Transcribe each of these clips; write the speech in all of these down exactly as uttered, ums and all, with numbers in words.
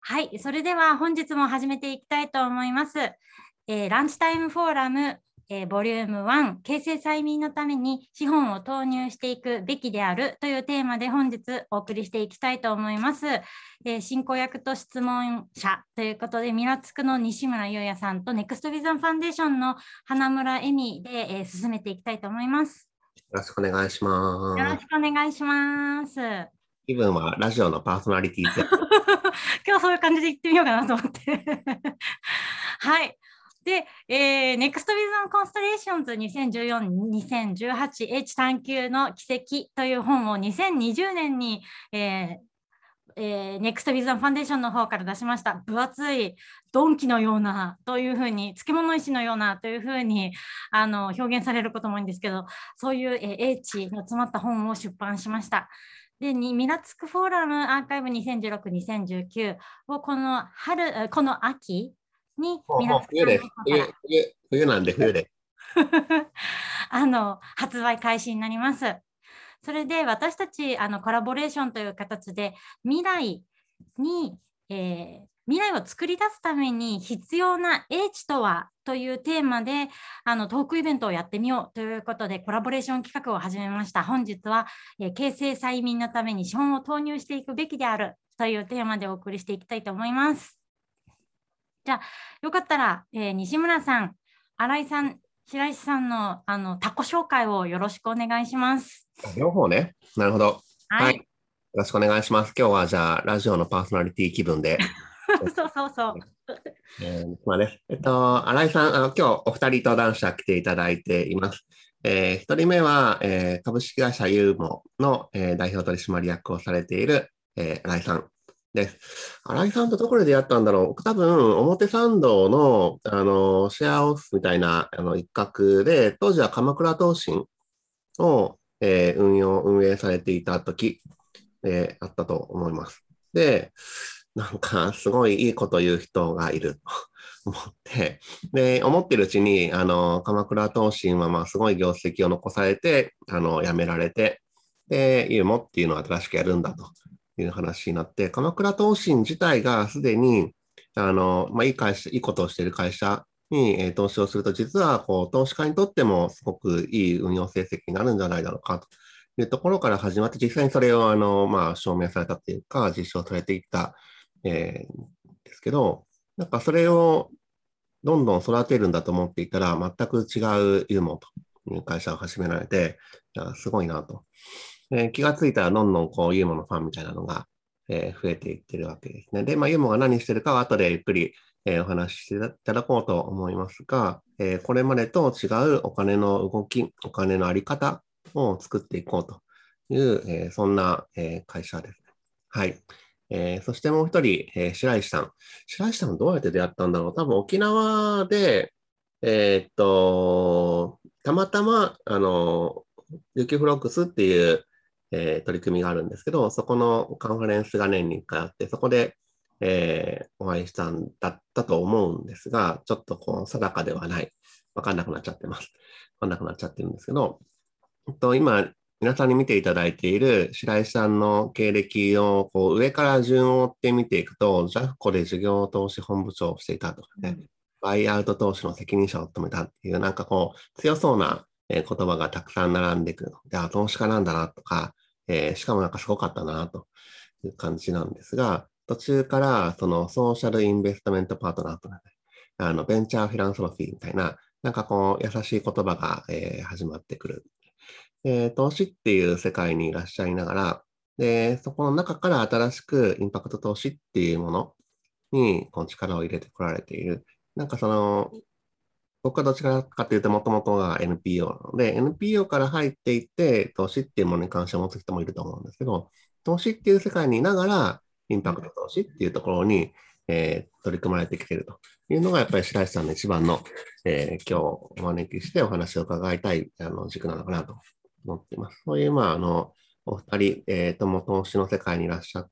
はい、それでは本日も始めていきたいと思います。えー、ランチタイムフォーラム、えー、ボリュームワン、形成催眠のために資本を投入していくべきであるというテーマで本日お送りしていきたいと思います。えー、進行役と質問者ということで、ミラつくの西村優也さんとネクストビジョンファンデーションの花村恵美で、えー、進めていきたいと思います。 よろしくお願いします。 よろしくお願いします。 気分はラジオのパーソナリティって今日そういう感じで言ってみようかなと思ってはい。で、えー、ネクストビズンコンストレーションズにせんじゅうよん、にせんじゅうはち H 探求の奇跡という本をにせんにじゅうねんに、えーえー、ネクストビズンファンデーションの方から出しました。分厚い鈍器のようなというふうに、漬物石のようなというふうにあの表現されることも多いんですけど、そういう、えー、英知の詰まった本を出版しました。で、ミラつくフォーラムアーカイブにせんじゅうろく、にせんじゅうきゅうをこの春、この秋にミラつく冬です。冬、冬、冬なんで冬です。 あの発売開始になります。それで私たちあのコラボレーションという形で未来に、えー、未来を作り出すために必要な英知とはというテーマであのトークイベントをやってみようということでコラボレーション企画を始めました。本日は、えー、形成催眠のために資本を投入していくべきであるというテーマでお送りしていきたいと思います。じゃあよかったら、えー、西村さん、新井さん、白石さんのあのタコ紹介をよろしくお願いします。 両方ね。なるほど。 はい。はい、よろしくお願いします。今日はじゃあラジオのパーソナリティ気分で。 そうそうそう。 えー、まあね、えっと、新井さん、あの今日お二人登壇者来ていただいています。えー、一人目は、えー、株式会社ユーモの、えー、代表取締役をされている、えー、新井さんです。新井さんとどこで出会ったんだろう。多分、表参道の、あの、シェアオフィスみたいな、あの、一角で、当時は鎌倉東進を、えー、運用、運営されていた時、えー、あったと思います。で、なんか、すごいいいこと言う人がいると思って、で、思ってるうちに、あの、鎌倉東進は、まあ、すごい業績を残されて、あの、辞められて、で、ユーモっていうのを新しくやるんだという話になって、鎌倉東進自体がすでに、あの、まあ、いい会社、いいことをしている会社に、えー、投資をすると、実は、こう、投資家にとってもすごくいい運用成績になるんじゃないだろうかというところから始まって、実際にそれを、あの、まあ、証明されたというか、実証されていった、えー、ですけど、なんかそれをどんどん育てるんだと思っていたら、全く違うユーモという会社を始められて、いやすごいなと。えー、気がついたらどんどんこうユーモのファンみたいなのが、えー、増えていってるわけですね。で、まあ、ユーモが何してるかは後でゆっくり、えー、お話ししていただこうと思いますが、えー、これまでと違うお金の動き、お金のあり方を作っていこうという、えー、そんな、えー、会社ですね。はい。えー、そしてもう一人、えー、白石さん。白石さんはどうやって出会ったんだろう。多分沖縄で、えーっと、たまたま、あの、ユキフロックスっていう、えー取り組みがあるんですけど、そこのカンファレンスが年にいっかいあって、そこで、えーお会いしたんだったと思うんですが、ちょっとこう定かではない。わかんなくなっちゃってます。わかんなくなっちゃってるんですけど、えっと、今、皆さんに見ていただいている白石さんの経歴をこう上から順を追って見ていくと、ジャフコで事業投資本部長をしていたとかね、バイアウト投資の責任者を務めたっていう、なんかこう、強そうな言葉がたくさん並んでくるので、あ、投資家なんだなとか、えーしかもなんかすごかったなという感じなんですが、途中からそのソーシャルインベストメントパートナーとかね、あのベンチャーフィランソロフィーみたいな、なんかこう、優しい言葉が、えー始まってくる。で、投資っていう世界にいらっしゃいながら、で、そこの中から新しくインパクト投資っていうものにこう力を入れてこられている。なんかその、僕はどちらかというと、もともとが エヌピーオー なので、エヌピーオー から入っていって、投資っていうものに関心を持つ人もいると思うんですけど、投資っていう世界にいながら、インパクト投資っていうところに、えー取り組まれてきているというのが、やっぱり白石さんの一番の、えー今日お招きしてお話を伺いたいあの軸なのかなと思っています。そういう、まあ、あの、お二人、えーとも投資の世界にいらっしゃって、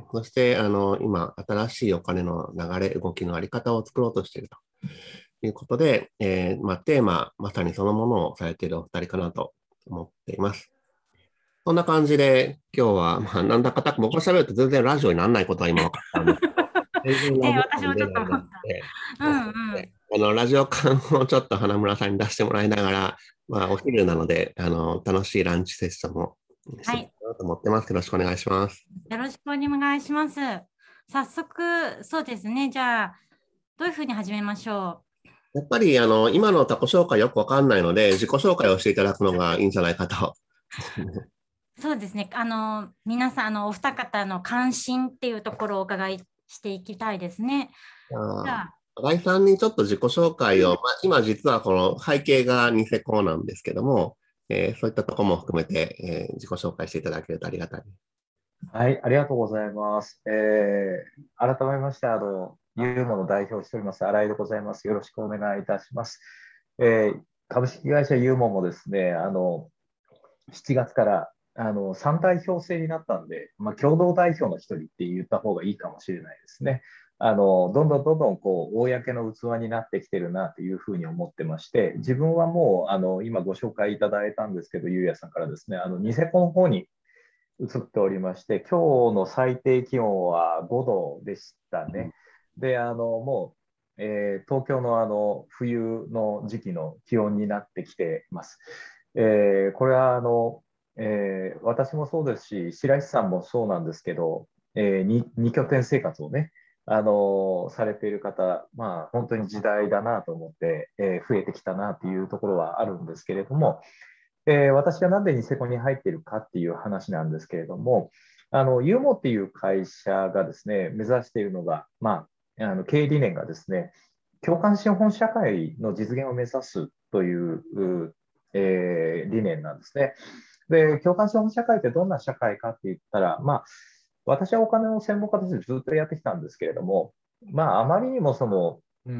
そして、あの、今、新しいお金の流れ、動きのあり方を作ろうとしていると。ということで、えーまあ、テーマ、まさにそのものをされているお二人かなと思っています。そんな感じで、今日は、まあ、なんだかたく僕が喋ると全然ラジオにならないことは今分かったんですけど、 全然ラね、 ジオ感私もちょっと出ないなっ思った。 て。 うんうん。 あの、ラジオ感をちょっと花村さんに出してもらいながら、まあ、お昼なので、あの、楽しいランチセッションもしていきはい。 たいなと思ってます。よろしくお願いします。 よろしくお願いします。早速、そうですね。じゃあ、どういうふうに始めましょやっぱり、あの、今の他己紹介よくわかんないので、自己紹介をしていただくのがいいんじゃないかと。 う。そうですね。あの、皆さん、あの、お二方の関心っていうところをお伺いしていきたいですね。じゃああ、 新井さんにちょっと自己紹うん、 介を、まあ、今実はこの背景がニセコなんですけども、えーそういったところも含めて、えー自己紹介していただけるとありがたい。 はい、ありがとうございます。えー改めまして、あの、ユーモの代表をしております、新井でございます。よろしくお願いいたします。えー株式会社ユーモもですね、あの、しちがつからあのさん代表制になったんで、まあ、共同代表の一人って言った方がいいかもしれないですね。あのどんどんどんどんこう公の器になってきてるなというふうに思ってまして、自分はもうあの今ご紹介いただいたんですけど、ゆうやさんからですね、あのニセコの方に移っておりまして、今日の最低気温はごどでしたね。で、あのもう、えー東京のあの冬の時期の気温になってきています。えーこれはあの、えー私もそうですし、白石さんもそうなんですけど、えー、に二拠点生活をね、あのされている方、まあ、本当に時代だなと思って、えー増えてきたなというところはあるんですけれども、えー私がなんでニセコに入っているかっていう話なんですけれども、あのユーモっていう会社がですね、目指しているのが、まあ、あの経営理念がですね、共感資本社会の実現を目指すという、えー理念なんですね。で、共感資本社会ってどんな社会かって言ったら、まあ、私はお金の専門家としてずっとやってきたんですけれども、まあ、あまりにもその、うん、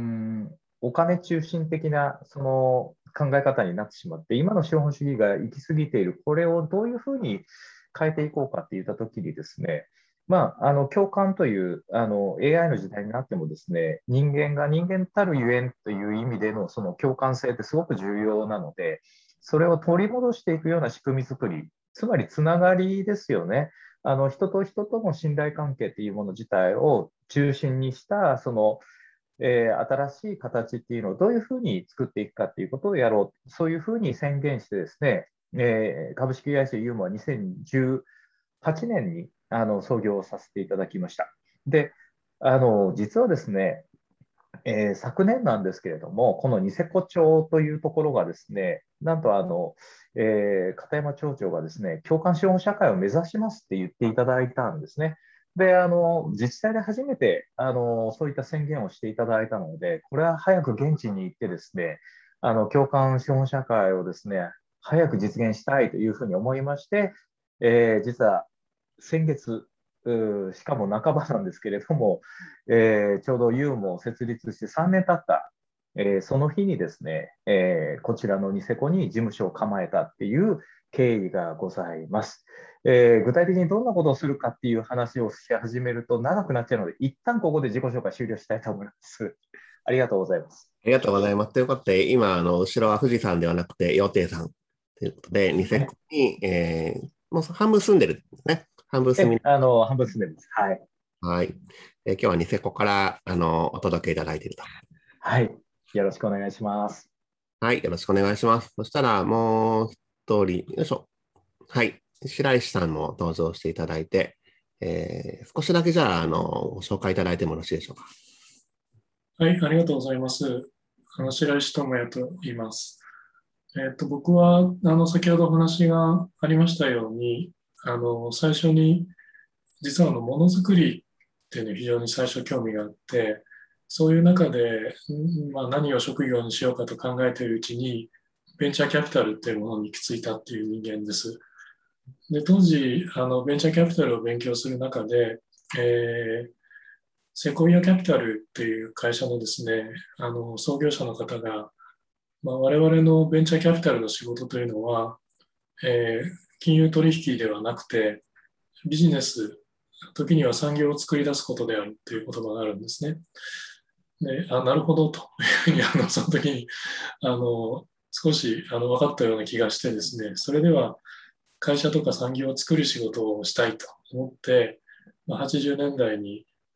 お金中心的なその考え方になってしまって、今の資本主義が行き過ぎている、これをどういうふうに変えていこうかって言ったときにですね、まあ、あの共感というあの エーアイ の時代になってもですね、人間が人間たるゆえんという意味でのその共感性ってすごく重要なので、それを取り戻していくような仕組み作り、つまりつながりですよね。あの人と人との信頼関係っていうもの自体を中心にしたその、えー新しい形っていうのをどういうふうに作っていくかっていうことをやろう、そういうふうに宣言してですね、えー株式会社ユーモはにせんじゅうはちねんにあの創業させていただきました。で、あの実はですね、えー昨年なんですけれども、このニセコ町というところがですね、なんとあの、えー片山町長がですね、共感資本社会を目指しますって言っていただいたんですね。で、あの自治体で初めてあのそういった宣言をしていただいたので、これは早く現地に行ってですね、あの共感資本社会をですね、早く実現したいというふうに思いまして、えー実は先月、しかも半ばなんですけれども、えーちょうどユーモを設立してさんねん経った、えーその日にですね、えーこちらのニセコに事務所を構えたっていう経緯がございます。えー具体的にどんなことをするかっていう話をし始めると長くなっちゃうので、一旦ここで自己紹介終了したいと思います。ありがとうございます。 ありがとうございます。ということで、今、あの、後ろは富士山ではなくて、羊蹄山ということで、ニセコに、えーもう半分住んでるんですね。半分住み、 え、あの、半分進んでます。はい。 はい。えー今日はニセコから、あの、お届けいただいていると。 はい。よろしくお願いします。 はい。よろしくお願いします。そしたら、もう一人、よいしょ。はい。白石さんも登場していただいて、えー少しだけじゃあ、あの、ご紹介いただいてもよろしいでしょうか。 はい、ありがとうございます。あの白石智也と言います。えっと、僕は、あの、先ほどお話がありましたように、あの、最初に、実はあの、ものづくりっていうのに非常に最初興味があって、そういう中で、んまあ、何を職業にしようかと考えているうちに、ベンチャーキャピタルっていうものに行き着いたっていう人間です。で、当時、あの、ベンチャーキャピタルを勉強する中で、えーセコイアキャピタルっていう会社のですね、あの創業者の方が、まあ、我々のベンチャーキャピタルの仕事というのは、えー金融取引ではなくて、ビジネス、時には産業を作り出すことであるという言葉があるんですね。で、あ、なるほどというふうにあのその時にあの少しあの分かったような気がしてですね、それでは会社とか産業を作る仕事をしたいと思って、まあ、はちじゅうねんだいに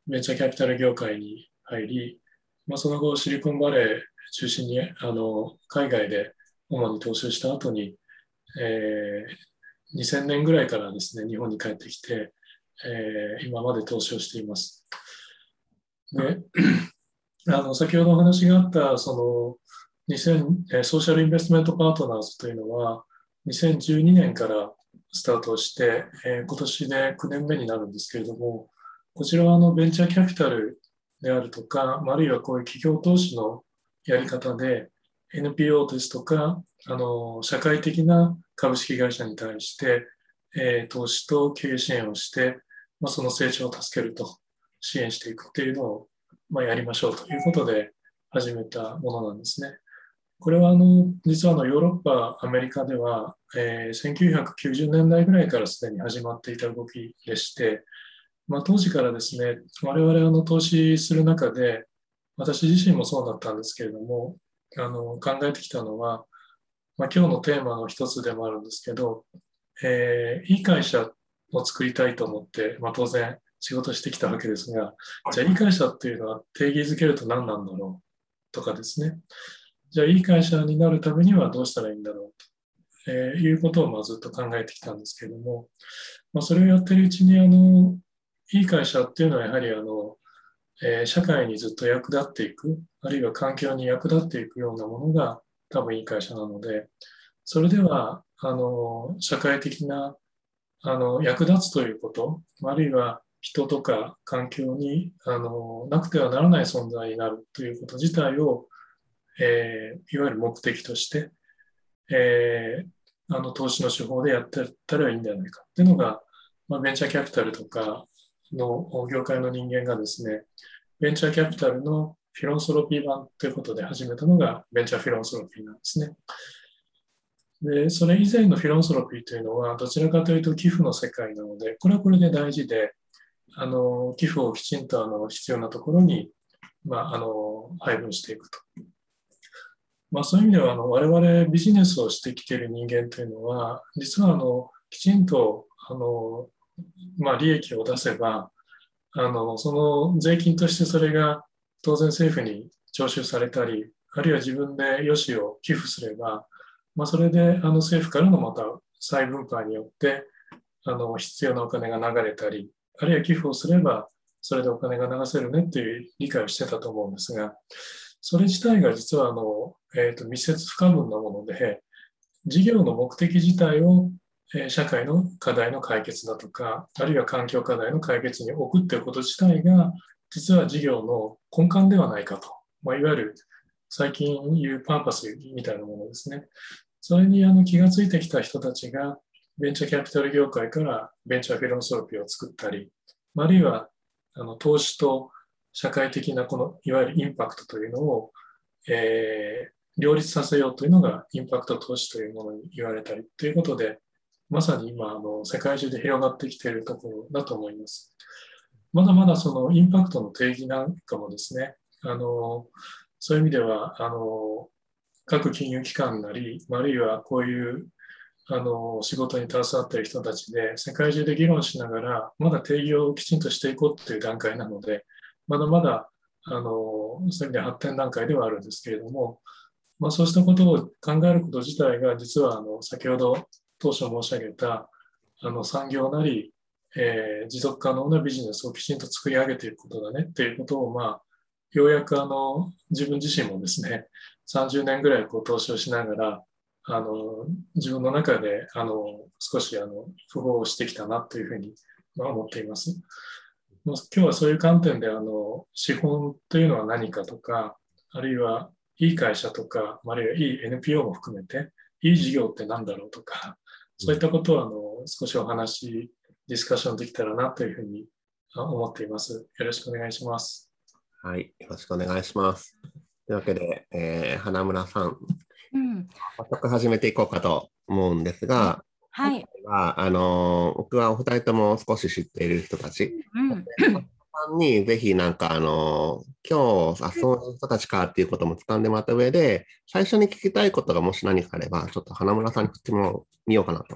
ベンチャーキャピタル業界に入り、まあ、その後シリコンバレー中心にあの海外で主に投資をした後に、えー、にせんねんぐらいからですね、日本に帰ってきて、えー、今まで投資をしています。であの先ほどお話があったそのにせんソーシャルインベストメントパートナーズというのはにせんじゅうにねんからスタートして、えー、今年できゅうねんめになるんですけれども、こちらはあのベンチャーキャピタルであるとか、あるいはこういう企業投資のやり方で エヌピーオー ですとか、あの社会的な株式会社に対して、えー、投資と経営支援をして、まあ、その成長を助けると、支援していくっていうのを、まあ、やりましょうということで始めたものなんですね。これはあの実はあのヨーロッパ、アメリカでは、えー、せんきゅうひゃくきゅうじゅうねんだいぐらいからすでに始まっていた動きでして、まあ、当時からですね、我々あの投資する中で、私自身もそうだったんですけれども、あの考えてきたのは、まあ、今日のテーマの一つでもあるんですけど、えー、いい会社を作りたいと思って、まあ、当然仕事してきたわけですが、じゃあいい会社っていうのは定義づけると何なんだろうとかですね、じゃあいい会社になるためにはどうしたらいいんだろうと、えー、いうことをまあずっと考えてきたんですけれども、まあ、それをやってるうちにあのいい会社っていうのはやはりあの、えー、社会にずっと役立っていく、あるいは環境に役立っていくようなものが多分いい会社なので、それではあの社会的なあの役立つということ、あるいは人とか環境にあのなくてはならない存在になるということ自体を、えー、いわゆる目的として、えー、あの投資の手法でやっていったらいいんじゃないかっていうのが、まあ、ベンチャーキャピタルとかの業界の人間がですね、ベンチャーキャピタルのフィロンソロピー版ということで始めたのがベンチャーフィロンソロピーなんですね。で、それ以前のフィロンソロピーというのはどちらかというと寄付の世界なので、これはこれで大事で、あの寄付をきちんとあの必要なところに、まあ、あの配分していくと。まあ、そういう意味ではあの我々ビジネスをしてきている人間というのは、実はあのきちんとあの、まあ、利益を出せば、あのその税金としてそれが当然政府に徴収されたり、あるいは自分で良しを寄付すれば、まあ、それであの政府からのまた再分配によってあの必要なお金が流れたり、あるいは寄付をすればそれでお金が流せるねっていう理解をしてたと思うんですが、それ自体が実はあの、えーと、密接不可分なもので、事業の目的自体を、えー、社会の課題の解決だとか、あるいは環境課題の解決に置くっていうこと自体が、実は事業の根幹ではないかと、まあ、いわゆる最近言うパーパスみたいなものですね。それにあの気がついてきた人たちが、ベンチャーキャピタル業界からベンチャーフィロンソロピーを作ったり、あるいはあの投資と社会的なこのいわゆるインパクトというのを、えー、両立させようというのがインパクト投資というものに言われたりということで、まさに今あの世界中で広がってきているところだと思います。まだまだそのインパクトの定義なんかもですね、あのそういう意味ではあの各金融機関なり、あるいはこういうあの仕事に携わっている人たちで世界中で議論しながら、まだ定義をきちんとしていこうという段階なので、まだまだあのそういう意味で発展段階ではあるんですけれども、まあ、そうしたことを考えること自体が、実はあの先ほど当初申し上げたあの産業なり、えー、持続可能なビジネスをきちんと作り上げていくことだねっていうことを、まあ、ようやくあの自分自身もですね、さんじゅうねんぐらいこう投資をしながら、あの自分の中であの少しあの符合してきたなというふうに思っています。今日はそういう観点であの資本というのは何かとか、あるいはいい会社とか、あるいはいい エヌピーオー も含めて、いい事業って何だろうとか、そういったことをあの少しお話、ディスカッションできたらなというふうに思っています。よろしくお願いします。 はい、よろしくお願いします。というわけで、えー、花村さん、うん、早速始めていこうかと思うんですが、 はい、 はあの僕はお二人とも少し知っている人たち、うん、にぜひなんかあの今日あそういう人たちかっていうことも掴んでもらった上で、最初に聞きたいことがもし何かあればちょっと花村さんに振ってみようかなと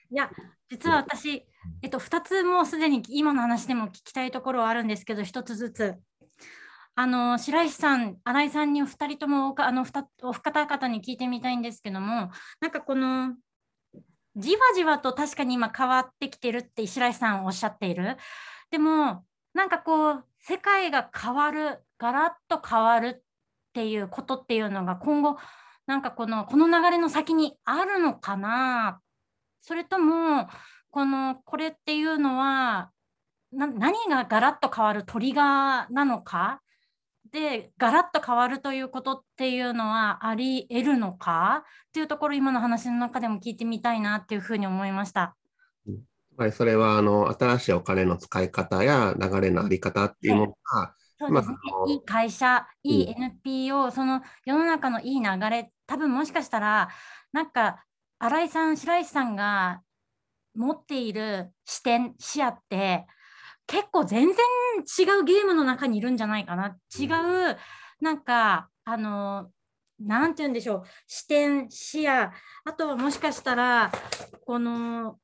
いや、実は私、えっと、ふたつもうすでに今の話でも聞きたいところはあるんですけど、ひとつずつ。あの白石さん、新井さんにお二人ともおあのお二方に聞いてみたいんですけども、なんかこのじわじわと確かに今変わってきてるって白石さんおっしゃっている。でもなんかこう世界が変わる、ガラッと変わるっていうことっていうのが今後なんかこのこの流れの先にあるのかな、それともこのこれっていうのはな何がガラッと変わるトリガーなのかで、ガラッと変わるということっていうのはあり得るのかっていうところ、今の話の中でも聞いてみたいなっていうふうに思いました。 やっぱりそれはあの新しいお金の使い方や流れのあり方っていうものが、 そうですね、 まあ、 いい会社、いいうんエヌピーオー、その世の中のいい流れ、多分もしかしたら、なんか新井さん、白石さんが持っている視点、視野って、結構全然違うゲームの中にいるんじゃないかな。違う、なんか、あの、なんて言うんでしょう、視点、視野、あとはもしかしたら、この、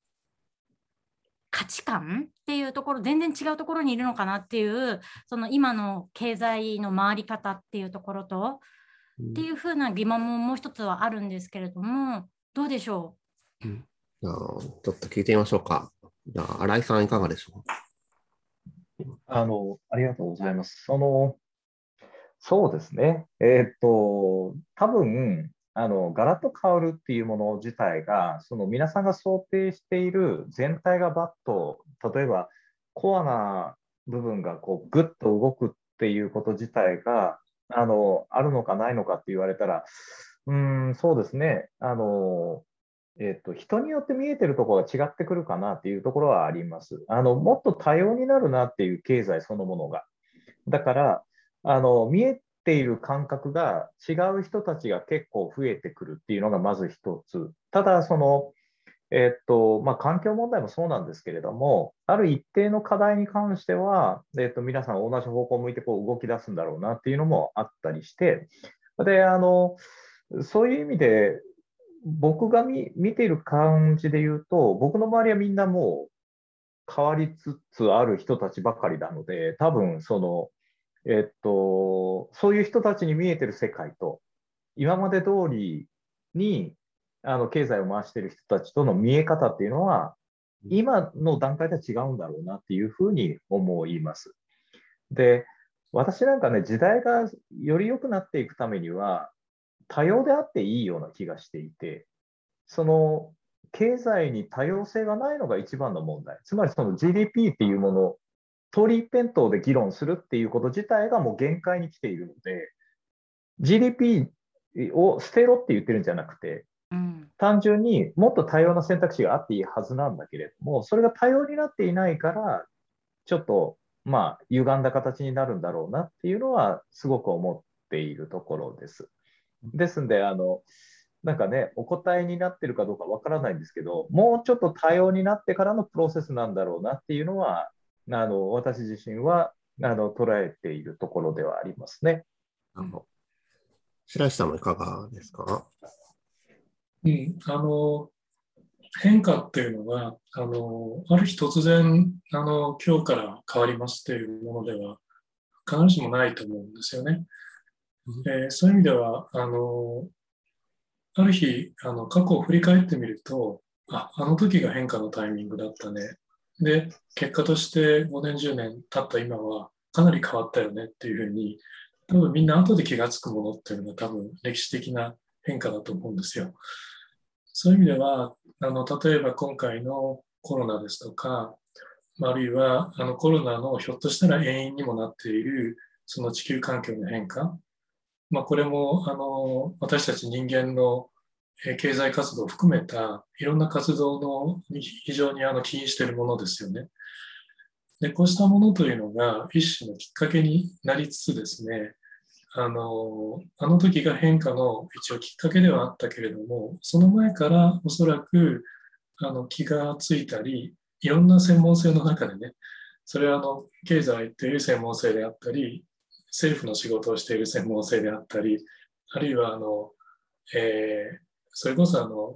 価値観っていうところ、全然違うところにいるのかなっていう、その今の経済の回り方っていうところと、っていうふうな疑問ももう一つはあるんですけれども、どうでしょうん、じゃあちょっと聞いてみましょうか。じゃあ、新井さんいかがでしょうか。 あの、ありがとうございます。その、そうですね。えーっと、多分、あの、ガラッと変わるっていうもの自体が、その皆さんが想定している全体がバッと、例えばコアな部分がこうグッと動くっていうこと自体が、あの、あるのかないのかって言われたら、うーん、そうですね。あの、えっと、人によって見えてるところが違ってくるかなっていうところはあります。あの、もっと多様になるなっていう経済そのものが。だから、あの、見えている感覚が違う人たちが結構増えてくるっていうのがまず一つ。ただ、その、えっと、まあ、環境問題もそうなんですけれども、ある一定の課題に関しては、えっと、皆さん同じ方向を向いてこう動き出すんだろうなっていうのもあったりして、で、あの、そういう意味で、僕が見、見ている感じで言うと、僕の周りはみんなもう変わりつつある人たちばかりなので、多分その、えっと、そういう人たちに見えてる世界と、今まで通りにあの経済を回している人たちとの見え方っていうのは、今の段階では違うんだろうなっていうふうに思います。で、私なんかね、時代がより良くなっていくためには、多様であっていいような気がしていて、その経済に多様性がないのが一番の問題。つまりその ジーディーピー っていうもの、通り一辺倒で議論するっていうこと自体がもう限界に来ているので、ジーディーピー を捨てろって言ってるんじゃなくて、 う。うん、 単純にもっと多様な選択肢があっていいはずなんだけれども、それが多様になっていないから、ちょっと、まあ、歪んだ形になるんだろうなっていうのは、すごく思っているところです。ですんで、あの、なんかね、お答えになってるかどうかわからないんですけど、もうちょっと多様になってからのプロセスなんだろうなっていうのは、あの私自身はあの捉えているところではありますね。 あの白石さんもいかがですか。 うん、あの変化っていうのがあのある日突然あの今日から変わりますっていうものでは必ずしもないと思うんですよね。えー、そういう意味ではあのある日あの過去を振り返ってみると、あ、あの時が変化のタイミングだったね。で、結果としてごねんじゅうねん経った今はかなり変わったよねっていうふうに、多分みんな後で気がつくものっていうのが多分歴史的な変化だと思うんですよ。そういう意味では、あの例えば今回のコロナですとか、あるいはあのコロナのひょっとしたら遠因にもなっているその地球環境の変化、まあ、これもあの私たち人間の経済活動を含めたいろんな活動の非常にあの起因しているものですよね。で、こうしたものというのが一種のきっかけになりつつですね、あのあの時が変化の一応きっかけではあったけれども、その前からおそらくあの気がついたり、いろんな専門性の中でね、それはあの経済という専門性であったり、政府の仕事をしている専門性であったり、あるいはあの、えー、それこそあの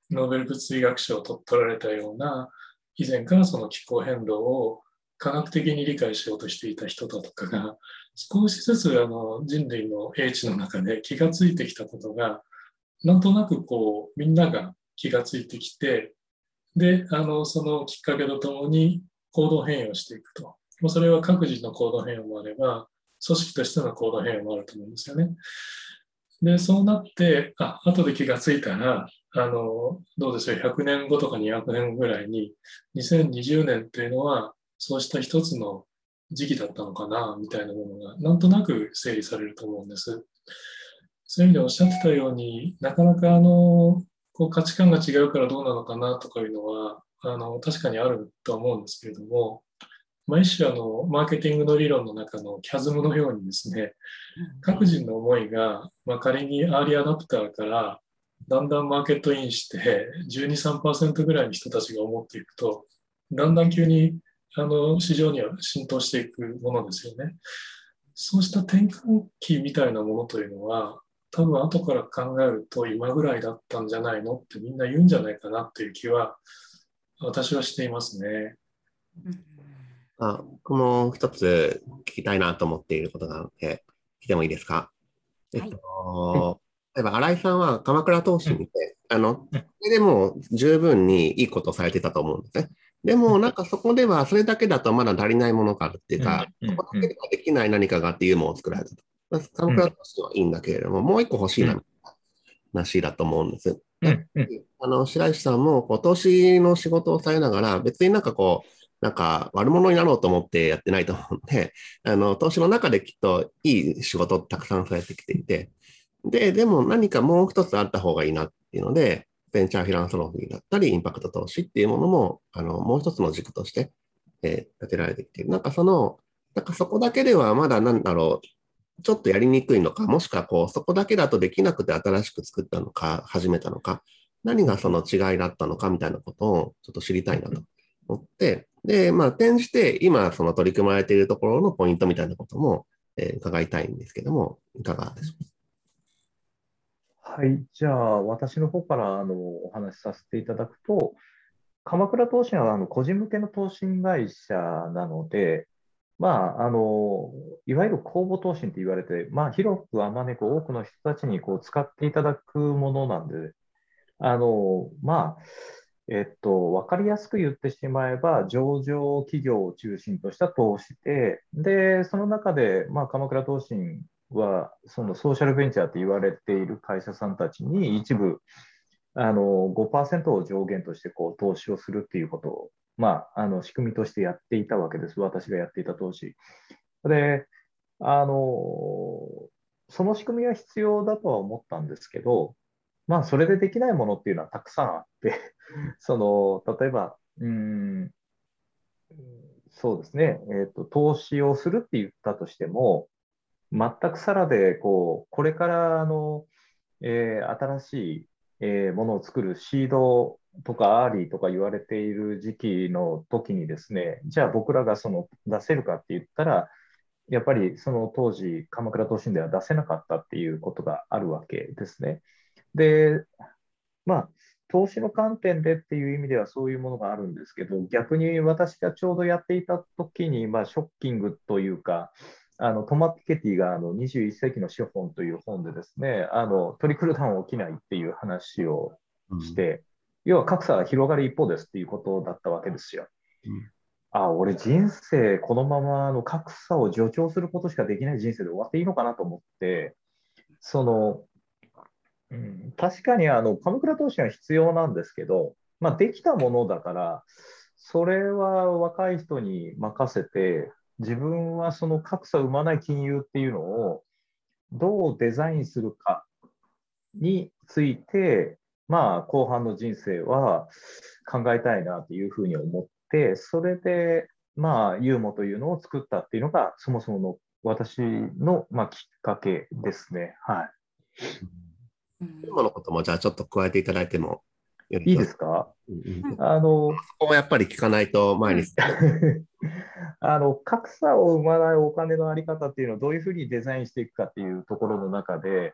ノーベル物理学賞を取取られたような、以前からその気候変動を科学的に理解しようとしていた人だとかが、少しずつあの人類の英知の中で気がついてきたことが、なんとなくこうみんなが気がついてきて、で、あのそのきっかけとともに行動変容していくと。それは各人の行動変容もあれば、組織としての行動変容もあると思うんですよね。で、そうなって、あ、後で気がついたら、あの、どうですよ、ひゃくねんごとかにひゃくねんごぐらいに、にせんにじゅうねんっていうのは、そうした一つの時期だったのかな、みたいなものが、なんとなく整理されると思うんです。そういう意味でおっしゃってたようになかなかあの、こう価値観が違うからどうなのかなとかいうのは、あの、確かにあると思うんですけれども、まあ、一種あの、マーケティングの理論の中のキャズムのようにですね、各人の思いが、まあ、仮にアーリーアダプターからだんだんマーケットインしてじゅうに、さんパーセントぐらいの人たちが思っていくと、だんだん急にあの市場には浸透していくものですよね。そうした転換期みたいなものというのは、多分後から考えると今ぐらいだったんじゃないのってみんな言うんじゃないかなっていう気は私はしていますね。 あ、僕も一つ聞きたいなと思っていることがあるので、聞いてもいいですか？えっと、例えば新井さんは鎌倉投資にて、あの、それでもう十分にいいことをされてたと思うんですね。でも、なんかそこでは、それだけだとまだ足りないものがあるっていうか、そこだけではできない何かがあっていうものを作られたと。鎌倉投資はいいんだけれども、もう一個欲しいな、話だと思うんです。あの、白石さんも、こう、投資の仕事をされながら、別になんかこう、なんか悪者になろうと思ってやってないと思うんで、あの、投資の中できっといい仕事をたくさんされてきていて、で、でも何かもう一つあった方がいいなっていうので、ベンチャーフィランソロフィーだったり、インパクト投資っていうものも、あの、もう一つの軸として、えー立てられてきている。なんかその、なんかそこだけではまだなんだろう、ちょっとやりにくいのか、もしくはこう、そこだけだとできなくて新しく作ったのか、始めたのか、何がその違いだったのかみたいなことをちょっと知りたいなと思って、で、まあ、転じて今その取り組まれているところのポイントみたいなことも、えー伺いたいんですけども、いかがでしょうか？ はい、じゃあ私の方からあのお話しさせていただくと、鎌倉投信はあの個人向けの投信会社なので、まあ、あのいわゆる公募投信と言われて、まあ、広くあまねく多くの人たちにこう使っていただくものなんで、あのまあ、えっと、分かりやすく言ってしまえば、上場企業を中心とした投資で、で、その中で、まあ、鎌倉投信は、そのソーシャルベンチャーと言われている会社さんたちに一部、あのごパーセントを上限としてこう投資をするっていうことを、まあ、あの仕組みとしてやっていたわけです、私がやっていた投資。で、あのその仕組みは必要だとは思ったんですけど、まあ、それでできないものっていうのはたくさんあって、その例えば、うーん、そうですね、えーと、投資をするって言ったとしても、全くさらでこうこれからあの、えー新しい、えーものを作るシードとかアーリーとか言われている時期の時にですね、じゃあ僕らがその出せるかって言ったら、やっぱりその当時、鎌倉投信では出せなかったっていうことがあるわけですね。で、まあ、投資の観点でっていう意味ではそういうものがあるんですけど、逆に私がちょうどやっていた時に、まあ、ショッキングというか、あのトマ・ピケティがあのにじゅういっ世紀の資本という本でですね、あのトリクルダウン起きないっていう話をして、要は格差が広がる一方ですっていうことだったわけですよ。 うんあ、俺人生このままあの格差を助長することしかできない人生で終わっていいのかなと思って、そのうん、確かにあの鎌倉投資は必要なんですけど、まあ、できたものだから、それは若い人に任せて、自分はその格差を生まない金融っていうのをどうデザインするかについて、まあ、後半の人生は考えたいなというふうに思って、それで、まあ、ユーモというのを作ったっていうのが、そもそもの私の、まあ、きっかけですね。はい。 今のこともじゃあちょっと加えていただいてもよいいいですか？ うんうん、 あの、 そこもやっぱり聞かないと前に進む。 あの格差を生まないお金のあり方っていうのをどういうふうにデザインしていくかっていうところの中で、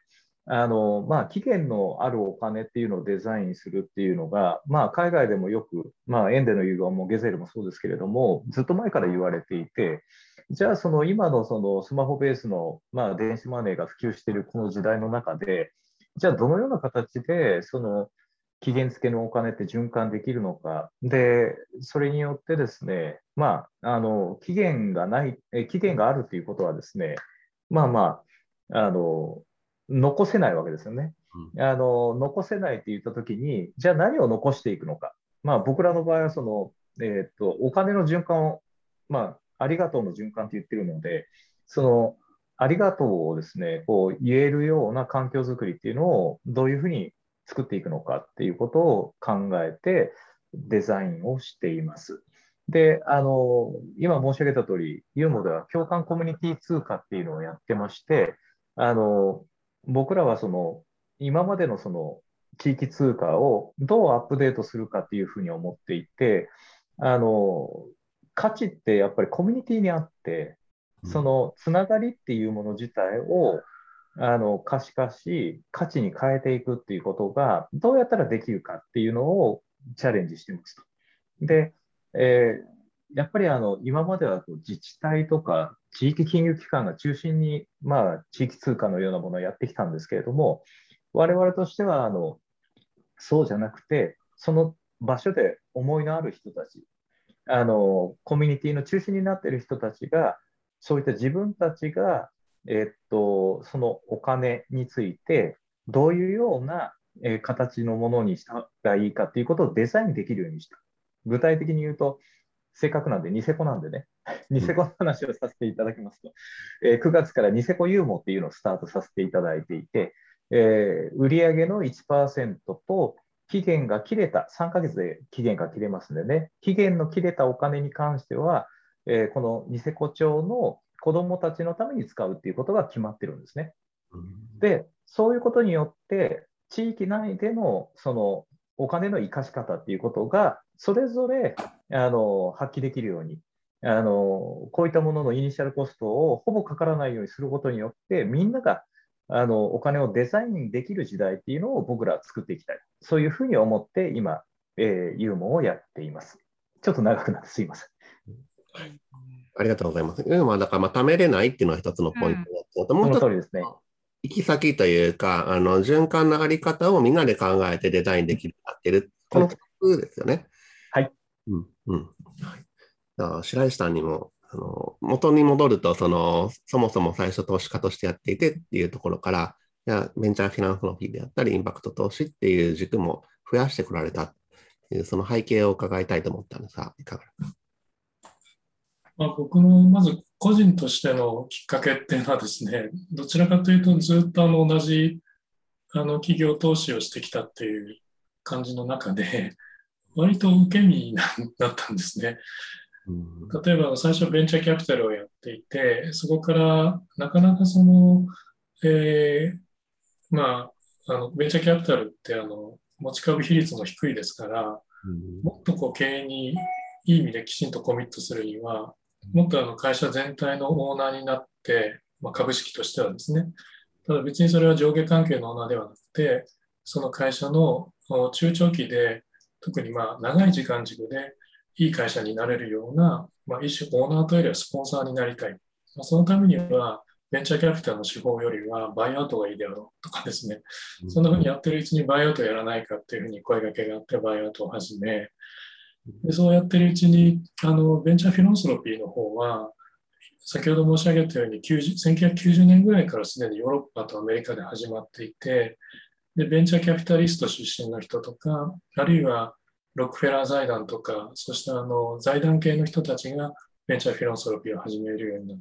あの、まあ、期限のあるお金っていうのをデザインするっていうのが、まあ、海外でもよく、まあ、エンデの融合もゲゼルもそうですけれども、ずっと前から言われていて、じゃあ、その今のそのスマホベースの、まあ、電子マネーが普及しているこの時代の中で、じゃあ、どのような形で、その期限付けのお金って循環できるのか。で、それによってですね、まあ、あの、期限がない、え期限があるということはですね、まあまあ、あの、残せないわけですよね。あの残せないって言ったときに、じゃあ何を残していくのか。まあ、僕らの場合はその、えーと、お金の循環を、まあ、ありがとうの循環って言ってるので、そのありがとうをですね、こう言えるような環境づくりっていうのをどういうふうに作っていくのかっていうことを考えてデザインをしています。で、あの、今申し上げた通り、ユーモでは共感コミュニティ通貨っていうのをやってまして、あの、僕らはその、今までのその地域通貨をどうアップデートするかっていうふうに思っていて、あの、価値ってやっぱりコミュニティにあって、そのつながりっていうもの自体をあの可視化し、価値に変えていくっていうことがどうやったらできるかっていうのをチャレンジしてますと。で、えーやっぱりあの今まではこう自治体とか地域金融機関が中心に、まあ、地域通貨のようなものをやってきたんですけれども、我々としてはあのそうじゃなくて、その場所で思いのある人たち、あのコミュニティの中心になっている人たちが、そういった自分たちが、えっと、そのお金についてどういうような、えー形のものにしたらいいかということをデザインできるようにした。具体的に言うと、せっかくなんで、ニセコなんでね、ニセコの話をさせていただきますと、えーくがつからニセコユーモっていうのをスタートさせていただいていて、えー売上の いちパーセント と期限が切れた、さんかげつで期限が切れますんでね、期限の切れたお金に関しては、えーこのニセコ町の子どもたちのために使うっていうことが決まってるんですね。で、そういうことによって、地域内でのそのお金の生かし方っていうことが、それぞれあの発揮できるように、あのこういったもののイニシャルコストをほぼかからないようにすることによって、みんながあのお金をデザインできる時代っていうのを僕らは作っていきたい。そういうふうに思って今、えー、ユーモをやっています。ちょっと長くなってすいません。 ありがとうございます。ユーモはだから、まあ、貯めれないっていうのが一つのポイントだったと、もう一つ、 その通りですね。 行き先というか、あの循環のあり方をみんなで考えてデザインできるようになっている。このふたつですよね。 はい。 うんうん。はい、だから白石さんにも、あの元に戻るとその、そもそも最初投資家としてやっていてっていうところから、いやベンチャーフィナンソロピーであったり、インパクト投資っていう軸も増やしてこられたっていう、その背景を伺いたいと思ったんですが、いかがですか。 まあ、僕のまず個人としてのきっかけっていうのはですね、どちらかというとずっとあの同じあの企業投資をしてきたっていう感じの中で、割と受け身になったんですね。例えば最初ベンチャーキャピタルをやっていて、そこからなかなかその、えー、まあ、あのベンチャーキャピタルってあの持ち株比率も低いですから、もっとこう経営にいい意味できちんとコミットするには、もっとあの会社全体のオーナーになって、まあ、株式としてはですね、ただ別にそれは上下関係のオーナーではなくて、その会社の中長期で、特にまあ長い時間軸でいい会社になれるような、まあ、一種オーナーというよりはスポンサーになりたい。まあ、そのためには、ベンチャーキャピタルの手法よりはバイアウトがいいであろうとかですね、そんなふうにやってるうちにバイアウトやらないかっていうふうに声掛けがあってバイアウトを始め、でそうやってるうちにあのベンチャーフィロンソロピーの方は、先ほど申し上げたようにせんきゅうひゃくきゅうじゅうねんぐらいからすでにヨーロッパとアメリカで始まっていて、でベンチャーキャピタリスト出身の人とか、あるいはロックフェラー財団とか、そしてあの財団系の人たちがベンチャーフィロンソロピーを始めるようになって、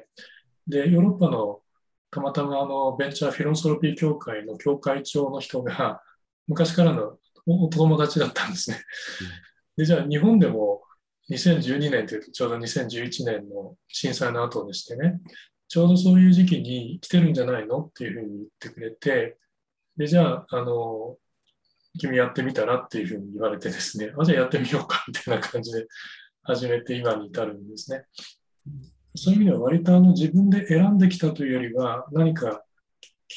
でヨーロッパのたまたまあのベンチャーフィロンソロピー協会の協会長の人が昔からのお友達だったんですね。でじゃあ日本でもにせんじゅうにねんというとちょうどにせんじゅういちねんの震災の後でしてね、ちょうどそういう時期に来てるんじゃないのっていうふうに言ってくれて、でじゃあ、あの君やってみたらっていうふうに言われてですね、あじゃあやってみようかみたいな感じで始めて今に至るんですね。そういう意味では割とあの自分で選んできたというよりは、何かきっ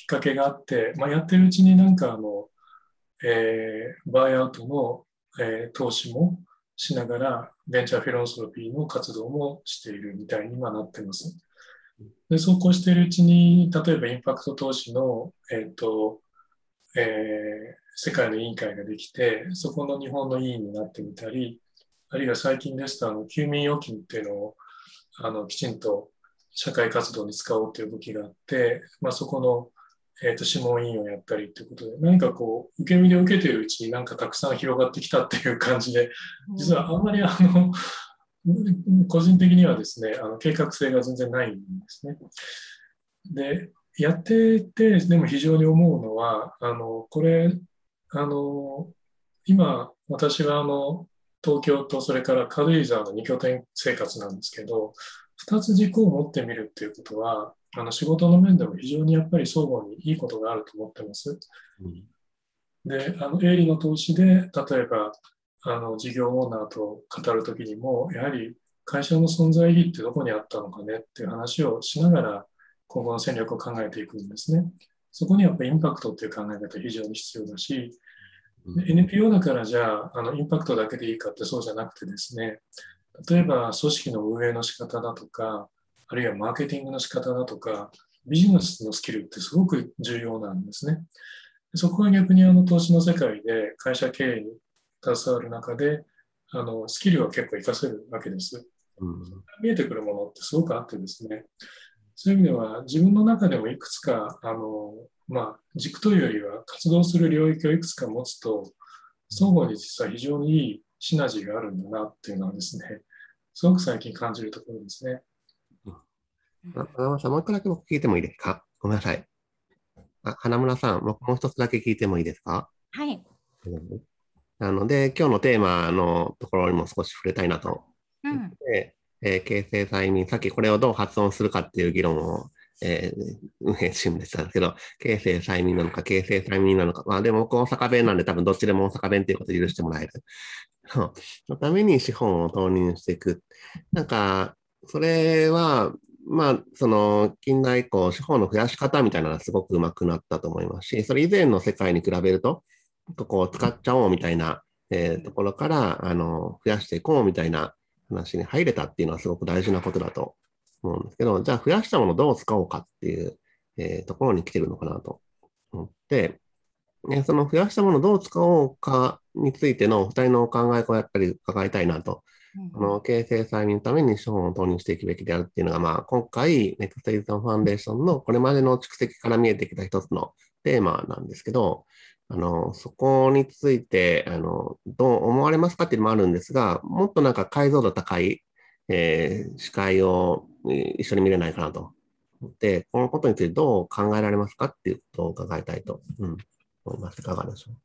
っかけがあって、まあ、やってるうちになんかあの、えーバイアウトの、えー投資もしながら、ベンチャーフィロンソロピーの活動もしているみたいに今なってます。で、そうこうしているうちに、例えばインパクト投資の、えっと、えー世界の委員会ができて、そこの日本の委員になってみたり、あるいは最近ですと、あの休眠預金っていうのをあのきちんと社会活動に使おうという動きがあって、まあ、そこの、えーと諮問委員をやったりということで、何かこう、受け身で受けているうちになんかたくさん広がってきたっていう感じで、実はあんまりあの、個人的にはですね、あの計画性が全然ないんですね。で、やってて、でも非常に思うのは、あの、これ、あの、今、私はあの、東京とそれから軽井沢のに拠点生活なんですけど、ふたつ軸を持ってみるっていうことは、あの仕事の面でも非常にやっぱり相互にいいことがあると思ってます。で、あの営利の投資で、例えば、あの事業オーナーと語るときにも、やはり会社の存在意義ってどこにあったのかねっていう話をしながら、今後の戦略を考えていくんですね。そこにやっぱりインパクトっていう考え方が非常に必要だし、エヌピーオー だからじゃあ、あのインパクトだけでいいかってそうじゃなくてですね、例えば組織の運営の仕方だとか、あるいはマーケティングの仕方だとか、ビジネスのスキルってすごく重要なんですね。そこは逆にあの投資の世界で会社経営に携わる中で、あのスキルは結構活かせるわけです。 うん、 見えてくるものってすごくあってですね、そういう意味では自分の中でもいくつか、あの、まあ、軸というよりは活動する領域をいくつか持つと、相互に実は非常にいいシナジーがあるんだなっていうのはですね、すごく最近感じるところですね。 あ花村さん、もう一個だけ僕聞いてもいいですか？ごめんなさい。あ、花村さん、もう一つだけ聞いてもいいですか？ はい。 なので、今日のテーマのところにも少し触れたいなとうん。 で、えー形成催眠、さっきこれをどう発音するかっていう議論を、えー、運営チームでしたんですけど、形成催眠なのか、形成催眠なのか、まあでも僕大阪弁なんで多分どっちでも大阪弁っていうことで許してもらえる。そのために資本を投入していく。なんか、それは、まあ、その、近代以降、資本の増やし方みたいなのがすごく上手くなったと思いますし、それ以前の世界に比べると、こう、使っちゃおうみたいな、えーところから、あの、増やしていこうみたいな話に入れたっていうのはすごく大事なことだと思うんですけど、じゃあ増やしたものをどう使おうかっていう、えーところに来てるのかなと思って、ね、その増やしたものをどう使おうかについてのふたりのお考えをやっぱり伺いたいなと。あの形成催眠のために資本を投入していくべきであるっていうのが、まあ、今回、ネクストイズファンデーションのこれまでの蓄積から見えてきた一つのテーマなんですけど、あのそこについてあのどう思われますかっていうのもあるんですが、もっとなんか解像度高い、えー視界をえー一緒に見れないかなと思って、このことについてどう考えられますかっていうことを伺いたいと、うん、思います。いかがでしょう？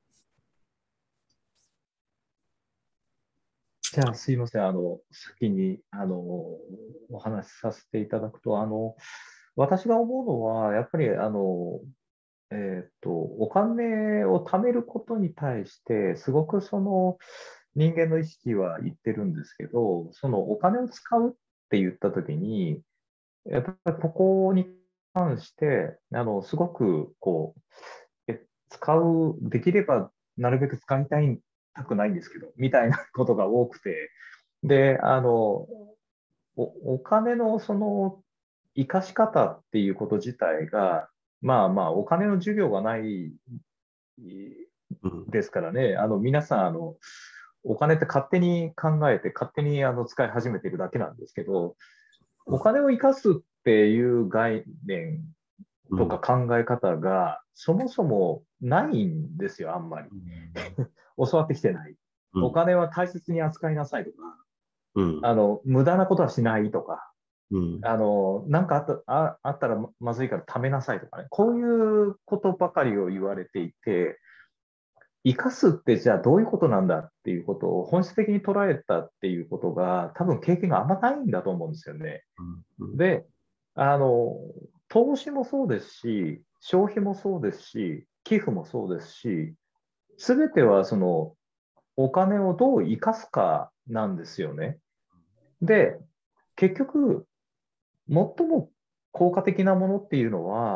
じゃあ、すいません。あの、先に、あの、お話しさせていただくと、あの、私が思うのは、やっぱり、あの、えっと、お金を貯めることに対して、すごくその人間の意識は言ってるんですけど、そのお金を使うって言ったときに、やっぱりここに関して、あの、すごく、こう、え使う、できればなるべく使いたいたくないんですけど、みたいなことが多くて、で、あの、お、お金のその生かし方っていうこと自体が、まあまあ、お金の授業がないうん、 ですからね、あの皆さんあの、お金って勝手に考えて、勝手にあの使い始めているだけなんですけど、お金を生かすっていう概念とか考え方が、そもそもないんですよ、あんまり。教わってきてない。お金は大切に扱いなさいとか、 うん、 あの無駄なことはしないとか、 うん、 あのなんかあった、あ、あったらまずいから貯めなさいとかね、こういうことばかりを言われていて、生かすってじゃあどういうことなんだっていうことを本質的に捉えたっていうことが多分経験があんまないんだと思うんですよね。で、あの、投資もそうですし、消費もそうですし、寄付もそうですし、すべてはそのお金をどう生かすかなんですよね。で、結局、最も効果的なものっていうのは、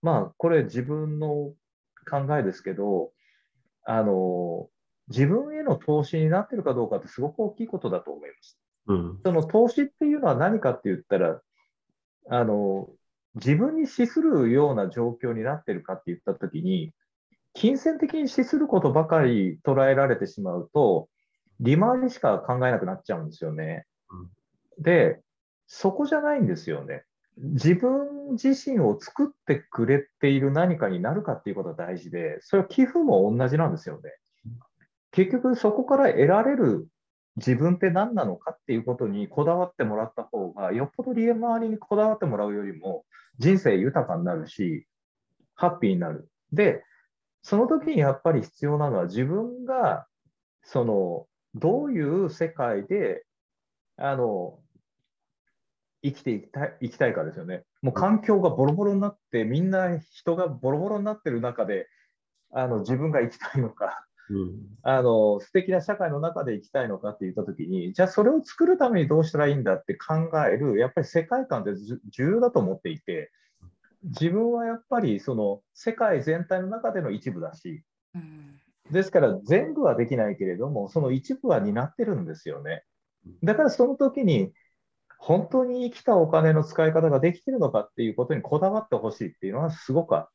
まあ、これ自分の考えですけど、あの、自分への投資になってるかどうかってすごく大きいことだと思います。 うん。 その投資っていうのは何かって言ったら、あの、自分に資するような状況になってるかって言ったときに、金銭的に資することばかり捉えられてしまうと、利回りしか考えなくなっちゃうんですよね。で、そこじゃないんですよね。自分自身を作ってくれている何かになるかっていうことが大事で、それは寄付も同じなんですよね。結局そこから得られる自分って何なのかっていうことにこだわってもらった方が、よっぽど利回りにこだわってもらうよりも人生豊かになるし、ハッピーになる。で、その時にやっぱり必要なのは自分が、その、どういう世界で、あの、生きていきたい、生きたいかですよね。もう環境がボロボロになって、みんな人がボロボロになってる中で、あの、自分が生きたいのか、 うん。 あの、素敵な社会の中で生きたいのかって言ったときに、じゃあそれを作るためにどうしたらいいんだって考える、やっぱり世界観ってじゅ重要だと思っていて、自分はやっぱりその世界全体の中での一部だし、 うんですから全部はできないけれども、その一部は担ってるんですよね。だからその時に、本当に生きたお金の使い方ができてるのかっていうことにこだわってほしいっていうのはすごくあって、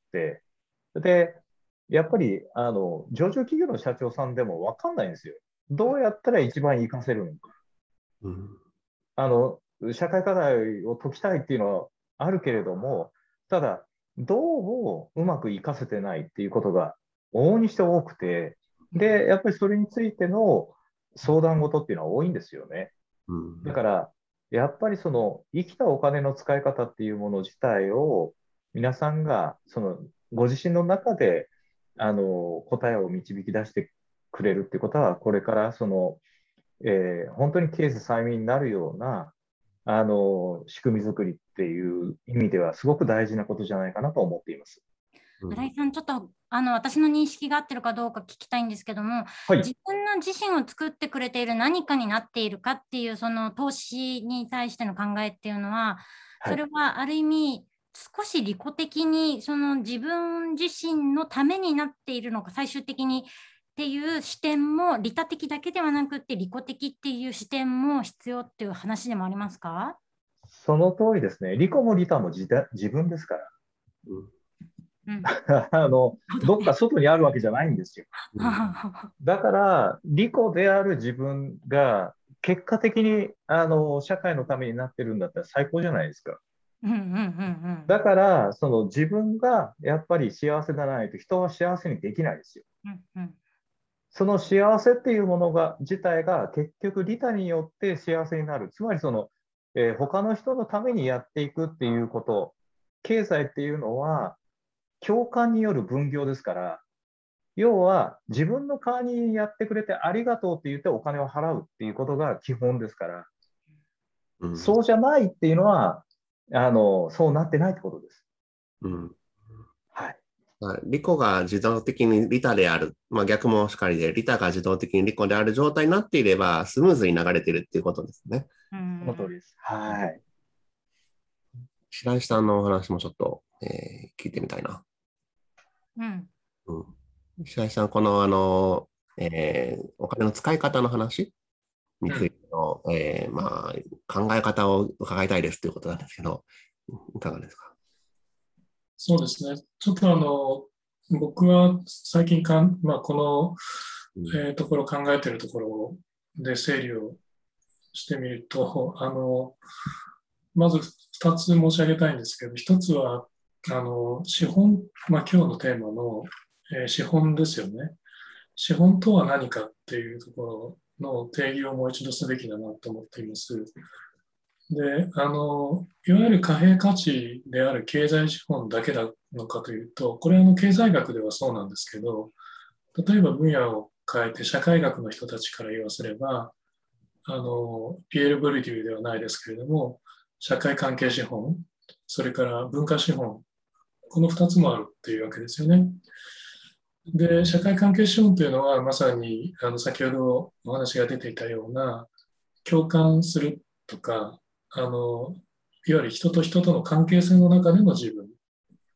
で、やっぱりあの上場企業の社長さんでも分かんないんですよ。どうやったら一番活かせるのか。 うん。 あの社会課題を解きたいっていうのはあるけれども、ただ、どううまく活かせてないっていうことが往々にして多くて、で、やっぱりそれについての相談事っていうのは多いんですよね。 うん。 だから、やっぱりその生きたお金の使い方っていうもの自体を皆さんがそのご自身の中であの答えを導き出してくれるっていうことは、これからその、えー本当に経済催眠になるようなあの仕組み作りっていう意味ではすごく大事なことじゃないかなと思っています。 うん。 新井さん、ちょっとあの私の認識が合ってるかどうか聞きたいんですけども、 はい。 自分の自身を作ってくれている何かになっているかっていう、その投資に対しての考えっていうのは、 はい。 それはある意味、少し利己的にその自分自身のためになっているのか、最終的にっていう視点も、利他的だけではなくて、利己的っていう視点も必要っていう話でもありますか？ その通りですね。利己も利他も自他自分ですかうん、 ら。あの、どっか外にあるわけじゃないんですよ。だから、利己である自分が結果的にあの社会のためになってるんだったら最高じゃないですか。 うんうんうんうんだから、その自分がやっぱり幸せでないと人は幸せにできないですよ。 うんうんその幸せっていうものが自体が結局利他によって幸せになる。つまりその、えー他の人のためにやっていくっていうこと、経済っていうのは共感による分業ですから、要は自分の代わりにやってくれてありがとうって言ってお金を払うっていうことが基本ですから、 うん。 そうじゃないっていうのは、あの、そうなってないってことです。 うん。 はい。 まあ利己が自動的に利他である。まあ逆もしかりで、利他が自動的に利己である状態になっていれば、スムーズに流れているっていうことですね。 うんその通りです。はい。 白石さんのお話もちょっと、えー聞いてみたいな。 うんうん。白石さん、この、あの、えーお金の使い方の話についての、えーまあ、考え方を伺いたいですということなんですけど、いかがですか？ そうですね。ちょっとあの、僕は最近かん、まあ、こうんの、えーところを考えているところで整理をしてみると、あの、まずふたつ申し上げたいんですけど、ひとつは、あの、資本、まあ、今日のテーマの、えー資本ですよね。資本とは何かっていうところの定義をもう一度すべきだなと思っています。で、あの、いわゆる貨幣価値である経済資本だけなのかというと、これはあの経済学ではそうなんですけど、例えば分野を変えて社会学の人たちから言わせれば、あの、ピエール・ブリデューではないですけれども、社会関係資本、それから文化資本、このふたつもあるっていうわけですよね。で、社会関係資本というのは、まさにあの先ほどお話が出ていたような、共感するとか、あのいわゆる人と人との関係性の中での自分、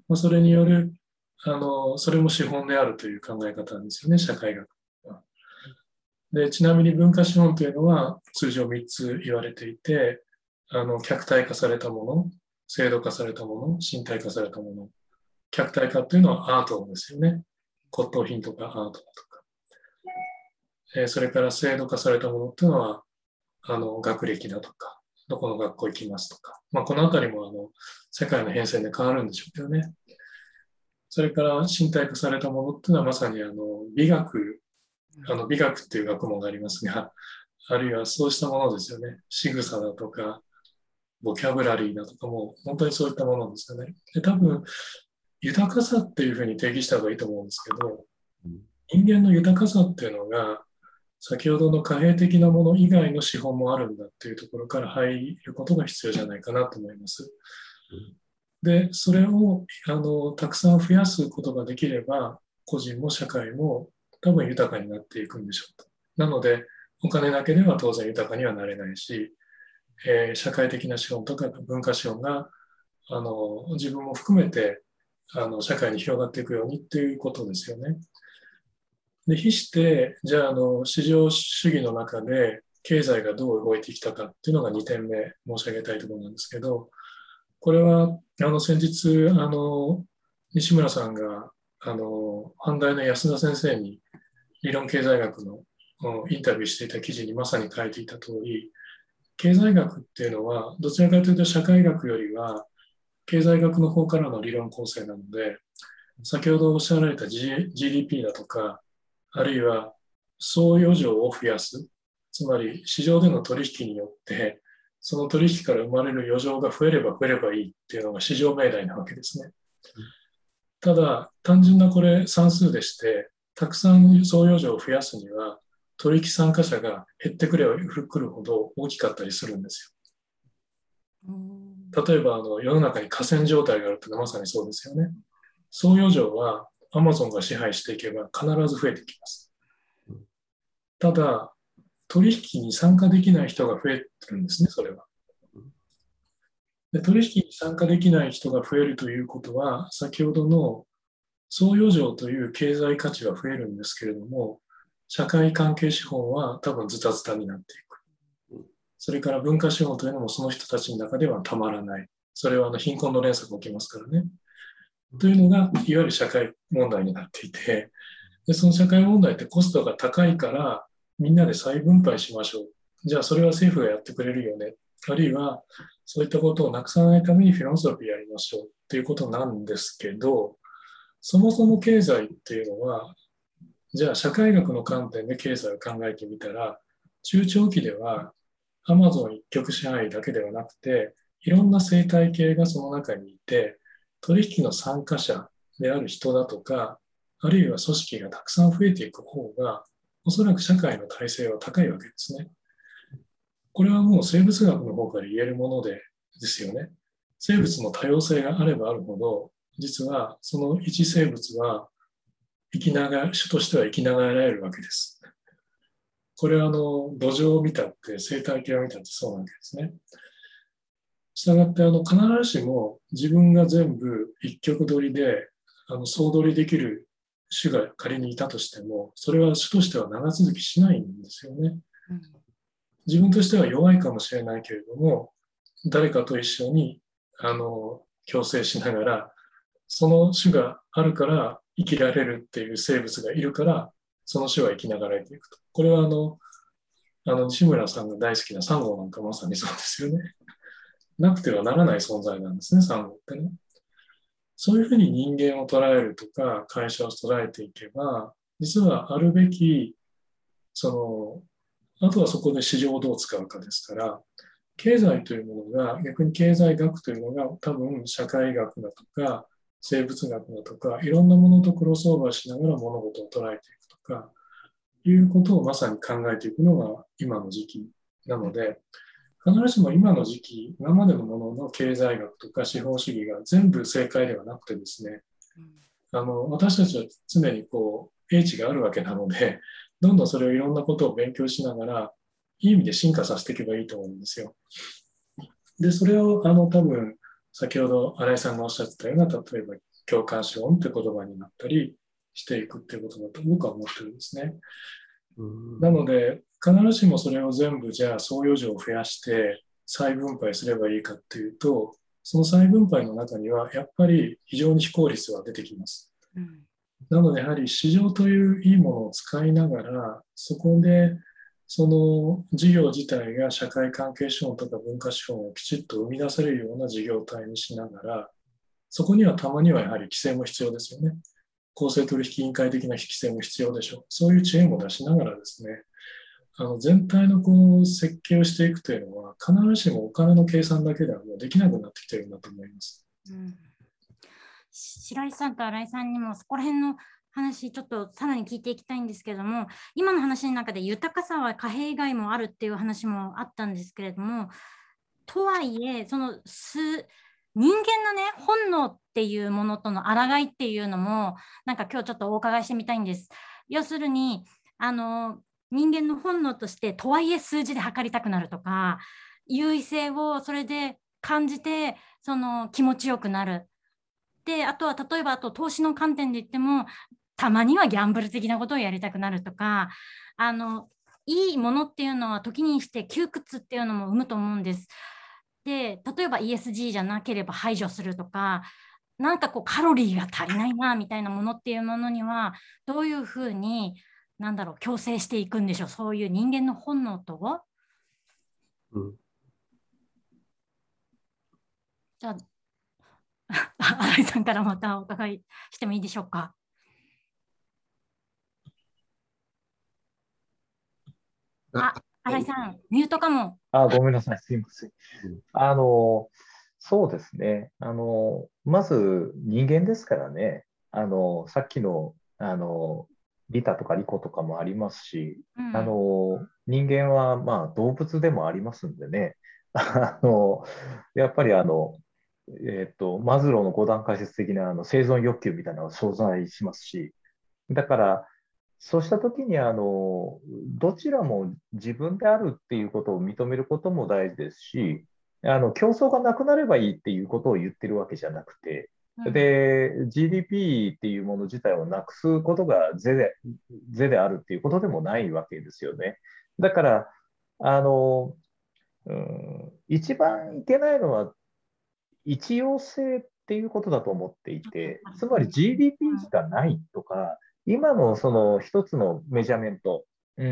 まあ、それによるあの、それも資本であるという考え方なんですよね、社会学は。で、ちなみに文化資本というのは通常みっつ言われていて、あの客体化されたもの、制度化されたもの、身体化されたもの。客体化というのはアートですよね。骨董品とかアートだとか。えー、それから制度化されたものというのは、あの学歴だとか、どこの学校行きますとか、まあ、このあたりもあの世界の変遷で変わるんでしょうけどね。それから身体化されたものっていうのはまさにあの美学、あの美学っていう学問がありますが、あるいはそうしたものですよね。仕草だとか、ボキャブラリーだとかも、本当にそういったものですよね。で、多分、豊かさっていうふうに定義した方がいいと思うんですけど、人間の豊かさっていうのが、先ほどの貨幣的なもの以外の資本もあるんだっていうところから入ることが必要じゃないかなと思います。で、それをあのたくさん増やすことができれば、個人も社会も多分豊かになっていくんでしょうと。なので、お金だけでは当然豊かにはなれないし、えー、社会的な資本とか文化資本があの自分も含めてあの社会に広がっていくようにっていうことですよね。で、比して、じゃあ、あの市場主義の中で経済がどう動いてきたかっていうのがにてんめ申し上げたいところなんですけど、これはあの先日あの西村さんがあの阪大の安田先生に理論経済学のインタビューしていた記事にまさに書いていた通り、経済学っていうのはどちらかというと社会学よりは経済学の方からの理論構成なので、先ほどおっしゃられた ジーディーピー だとか、あるいは総余剰を増やす、つまり市場での取引によってその取引から生まれる余剰が増えれば増えればいいっていうのが市場命題なわけですね。ただ、単純なこれ算数でして、たくさん総余剰を増やすには、取引参加者が減ってくればくるほど大きかったりするんですよ。例えばあの世の中に寡占状態があるというのはまさにそうですよね。総余剰はアマゾンが支配していけば必ず増えてきます。ただ、取引に参加できない人が増えてるんですね、それは。で、取引に参加できない人が増えるということは、先ほどの総余剰という経済価値は増えるんですけれども、社会関係資本は多分ズタズタになっていく。それから文化資本というのもその人たちの中ではたまらない。それはあの貧困の連鎖が起きますからね。というのが、いわゆる社会問題になっていて、でその社会問題ってコストが高いから、みんなで再分配しましょう。じゃあそれは政府がやってくれるよね。あるいはそういったことをなくさないためにフィランソロピーやりましょうっていうことなんですけど、そもそも経済っていうのは、じゃあ社会学の観点で経済を考えてみたら、中長期ではアマゾン一極支配だけではなくて、いろんな生態系がその中にいて、取引の参加者である人だとか、あるいは組織がたくさん増えていく方が、おそらく社会の体制は高いわけですね。これはもう生物学の方から言えるものでですよね。生物の多様性があればあるほど、実はその一生物は生きながら、種としては生きながらえるわけです。これはあの土壌を見たって、生態系を見たってそうなわけですね。したがってあの必ずしも自分が全部一極取りであの総取りできる種が仮にいたとしても、それは種としては長続きしないんですよね。自分としては弱いかもしれないけれども、誰かと一緒にあの共生しながら、その種があるから生きられるっていう生物がいるから、その種は生きながらえていくと。これはあの、あの西村さんが大好きなサンゴなんかまさにそうですよね。なくてはならない存在なんですね、サンゴってね。そういうふうに人間を捉えるとか、会社を捉えていけば、実はあるべき、その、あとはそこで市場をどう使うかですから、経済というものが、逆に経済学というのが多分社会学だとか、生物学だとか、いろんなものとクロスオーバーしながら物事を捉えていくとか、いうことをまさに考えていくのが今の時期なので、必ずしも今の時期、今までのものの経済学とか資本主義が全部正解ではなくてですね、あの私たちは常にこう英知があるわけなので、どんどんそれをいろんなことを勉強しながら、いい意味で進化させていけばいいと思うんですよ。で、それをあの多分、先ほど新井さんがおっしゃってたような、例えば共感資本って言葉になったりしていくっていうことだと僕は思ってるんですね。なので、必ずしもそれを全部じゃあ総余剰を増やして再分配すればいいかっていうと、その再分配の中にはやっぱり非常に非効率は出てきます。うん、なのでやはり市場といういいものを使いながら、そこでその事業自体が社会関係資本とか文化資本をきちっと生み出せるような事業体にしながら、そこにはたまにはやはり規制も必要ですよね。公正取引委員会的な規制も必要でしょう。そういう知恵も出しながらですね、あの全体のこう設計をしていくというのは、必ずしもお金の計算だけではもうできなくなってきているんだと思います。 うん、白井さんと新井さんにもそこら辺の話ちょっとさらに聞いていきたいんですけれども、今の話の中で豊かさは貨幣以外もあるっていう話もあったんですけれども、とはいえそのす人間のね本能っていうものとの抗いっていうのもなんか今日ちょっとお伺いしてみたいんです。要するにあの人間の本能としてとはいえ数字で測りたくなるとか、優位性をそれで感じてその気持ちよくなる。であとは例えばあと投資の観点で言ってもたまにはギャンブル的なことをやりたくなるとか、あのいいものっていうのは時にして窮屈っていうのも生むと思うんです。で例えば イーエスジー じゃなければ排除するとか、なんかこうカロリーが足りないなみたいなものっていうものにはどういうふうになんだろう強制していくんでしょう、そういう人間の本能と。うん、じゃあ新井さんからまたお伺いしてもいいでしょうか。あ、新井さん、ミュートかも。 あ、ごめんなさい、すいません。あの、そうですね。あの、まず人間ですからね。あの、さっきの、あの、リタとかリコとかもありますし、うん、あの、人間はまあ動物でもありますんでね。あの、やっぱりあの、えっと、マズローのご段階説的なあの生存欲求みたいなのが存在しますし、だから、そうしたときにあの、どちらも自分であるっていうことを認めることも大事ですし、あの競争がなくなればいいっていうことを言ってるわけじゃなくて、で、ジーディーピー っていうもの自体をなくすことが是で、是であるっていうことでもないわけですよね。だから、あの、うん、一番いけないのは、一様性っていうことだと思っていて、つまり ジーディーピー しかないとか、今のその一つのメジャーメント、うん、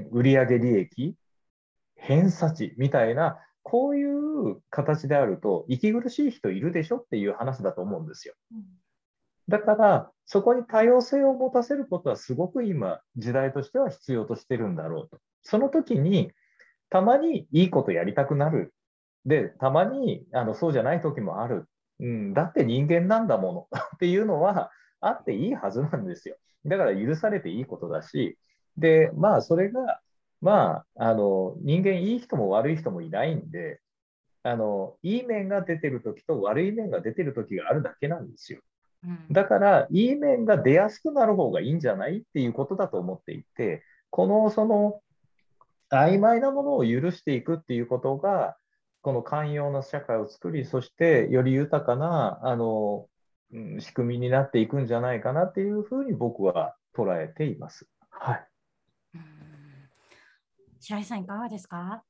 売上利益、偏差値みたいな、こういう形であると、息苦しい人いるでしょっていう話だと思うんですよ。だから、そこに多様性を持たせることはすごく今、時代としては必要としてるんだろうと。その時に、たまにいいことやりたくなる。で、たまにあのそうじゃない時もある。うん、だって人間なんだものっていうのはあっていいはずなんですよ。だから許されていいことだし、で、まあそれが、まあ、あの人間いい人も悪い人もいないんで、あのいい面が出てる時と悪い面が出てる時があるだけなんですよ。だから、いい面が出やすくなる方がいいんじゃないっていうことだと思っていて、このその曖昧なものを許していくっていうことが、この寛容な社会を作り、そしてより豊かなあの、うん、仕組みになっていくんじゃないかなっていうふうに僕は捉えています。はい。うん、 白井さんいかがですか？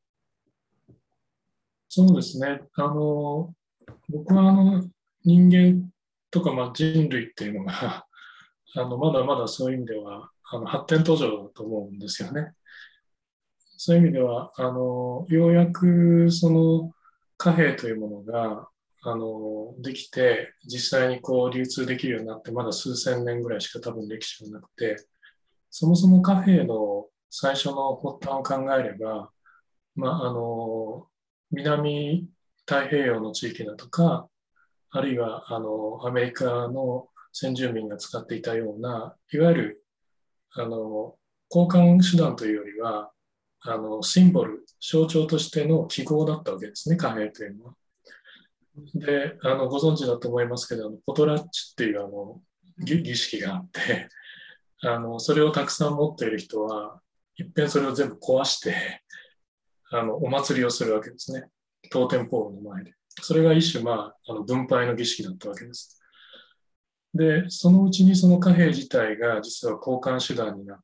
そうですね。あの僕はあの人間とかまあ人類っていうのがあのまだまだそういう意味ではあの発展途上だと思うんですよね。そういう意味ではあのようやくその貨幣というものがあのできて実際にこう流通できるようになってまだ数千年ぐらいしか多分歴史がなくて、そもそも貨幣の最初の発端を考えれば、まあ、あの南太平洋の地域だとか、あるいはあのアメリカの先住民が使っていたようないわゆるあの交換手段というよりはあのシンボル、象徴としての記号だったわけですね、貨幣というのは。で、あのご存知だと思いますけど、ポトラッチっていうあの儀式があってあの、それをたくさん持っている人は、いっぺんそれを全部壊してあのお祭りをするわけですね、トーテンポールの前で。それが一種、まあ、あの分配の儀式だったわけです。 で、そのうちにその貨幣自体が実は交換手段になって、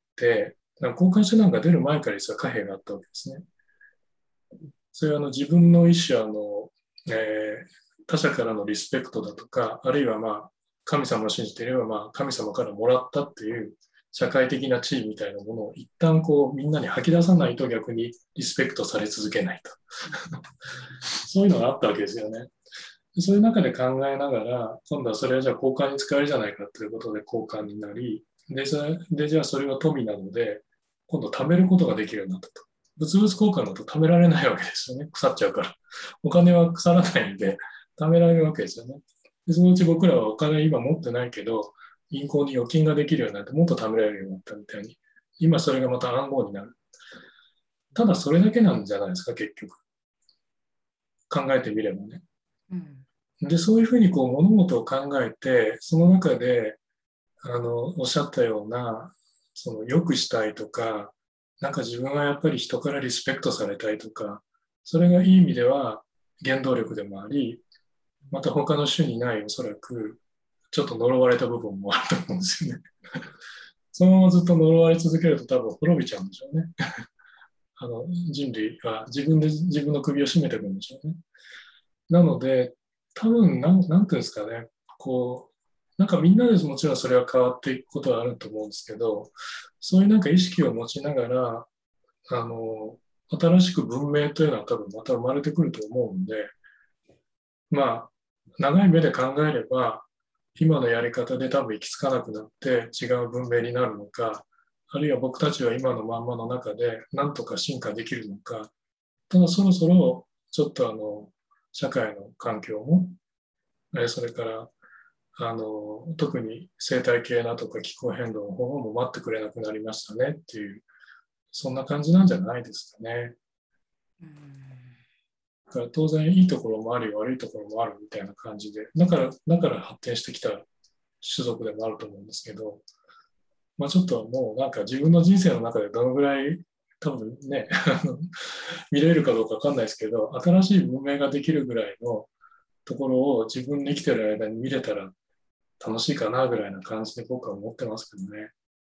交換手段が出る前から実は貨幣があったわけですね。それはあの自分の意思はあの、えー、他者からのリスペクトだとか、あるいはまあ神様を信じていれば、まあ、神様からもらったっていう社会的な地位みたいなものを一旦こうみんなに吐き出さないと逆にリスペクトされ続けないと。そういうのがあったわけですよね。そういう中で考えながら、今度はそれはじゃあ交換に使えるじゃないかということで交換になり、で、それでじゃあそれは富なので、今度貯めることができるようになったと。物々交換だと貯められないわけですよね。腐っちゃうから。お金は腐らないんで、貯められるわけですよね。でそのうち僕らはお金今持ってないけど、銀行に預金ができるようになって、もっと貯められるようになったみたいに、今それがまた暗号になる。ただそれだけなんじゃないですか、結局。考えてみればね。うんで、そういうふうにこう物事を考えて、その中で、あの、おっしゃったような、その良くしたいとか、なんか自分はやっぱり人からリスペクトされたいとか、それがいい意味では原動力でもあり、また他の種にないおそらく、ちょっと呪われた部分もあると思うんですよね。そのままずっと呪われ続けると多分滅びちゃうんでしょうね。あの人類が自分で自分の首を絞めていくんでしょうね。なので、多分なん、なんていうんですかね、こう、なんかみんなでもちろんそれは変わっていくことはあると思うんですけど、そういうなんか意識を持ちながら、あの、新しく文明というのは多分また生まれてくると思うんで、まあ、長い目で考えれば、今のやり方で多分行き着かなくなって違う文明になるのか、あるいは僕たちは今のまんまの中で何とか進化できるのか、ただそろそろちょっとあの、社会の環境も、それからあの特に生態系なとか気候変動の方も待ってくれなくなりましたねっていう、そんな感じなんじゃないですかね。うんだから当然いいところもあり悪いところもあるみたいな感じで、だからだから発展してきた種族でもあると思うんですけど、まあ、ちょっともうなんか自分の人生の中でどのぐらい多分ね見れるかどうかわかんないですけど、新しい文明ができるぐらいのところを自分で生きてる間に見れたら楽しいかなぐらいな感じで僕は思ってますけどね。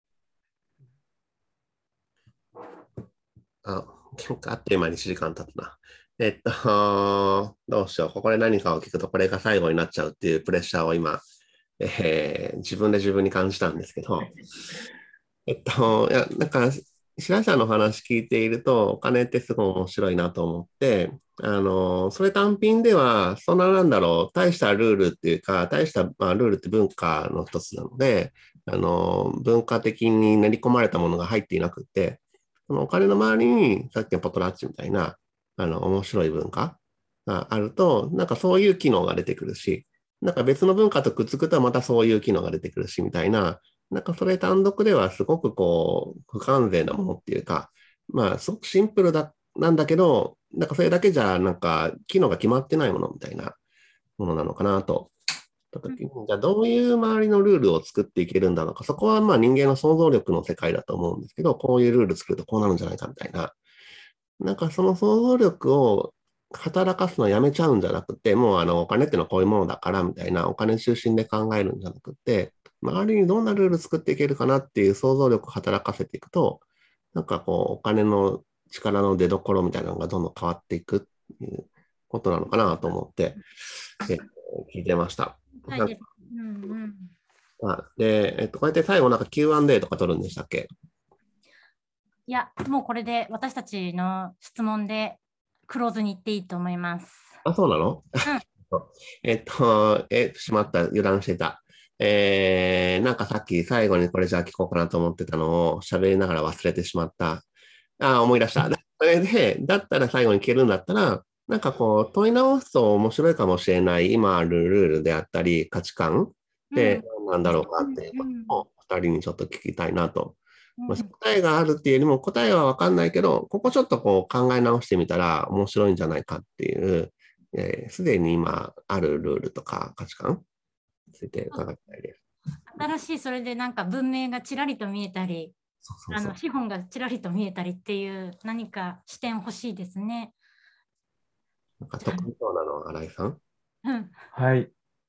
あ、結構あっという間にいちじかん経つな。えっと、どうしよう。ここで何かを聞くとこれが最後になっちゃうっていうプレッシャーを今、えー、自分で自分に感じたんですけど、えっと、いや、なんか、白井さんの話聞いていると、お金ってすごい面白いなと思って、あの、それ単品では、そんななんだろう、大したルールっていうか、大した、まあ、ルールって文化の一つなので、あの、文化的に練り込まれたものが入っていなくて、そのお金の周りに、さっきのポトラッチみたいな、あの、面白い文化があると、なんかそういう機能が出てくるし、なんか別の文化とくっつくとまたそういう機能が出てくるし、みたいな、なんかそれ単独ではすごくこう、不完全なものっていうか、まあ、すごくシンプルだ、なんだけど、なんかそれだけじゃ、なんか、機能が決まってないものみたいなものなのかなと。た時に、じゃあどういう周りのルールを作っていけるんだろうか。そこはまあ人間の想像力の世界だと思うんですけど、こういうルール作るとこうなるんじゃないかみたいな。なんかその想像力を働かすのをやめちゃうんじゃなくて、もうあのお金ってのはこういうものだからみたいな、お金中心で考えるんじゃなくて、周りにどんなルール作っていけるかなっていう想像力を働かせていくと、なんかこう、お金の力の出所みたいなのがどんどん変わっていくっていうことなのかなと思って、え聞いてました。はい、うんうんあで、えっと、こうやって最後なんか キューアンドエー とか取るんでしたっけ？ いや、もうこれで私たちの質問でクローズに行っていいと思います。 あ、そうなの？うん、えっと、え、しまった、油断してた。えー、なんかさっき最後にこれじゃあ聞こうかなと思ってたのを喋りながら忘れてしまった。あ、思い出した。それで、だったら最後に聞けるんだったら、なんかこう、問い直すと面白いかもしれない今あるルールであったり、価値観って何なんだろうかっていうことをふたりにちょっと聞きたいなと。まあ、答えがあるっていうよりも答えはわかんないけど、ここちょっとこう考え直してみたら面白いんじゃないかっていう、すで、えー、に今あるルールとか価値観について伺いたいです。 新しいそれでなんか文明がちらりと見えたり、そうそうそうあの資本がちらりと見えたりっていう何か視点欲しいですね。 なんか得意そうなのは新井さん、 うん、はい。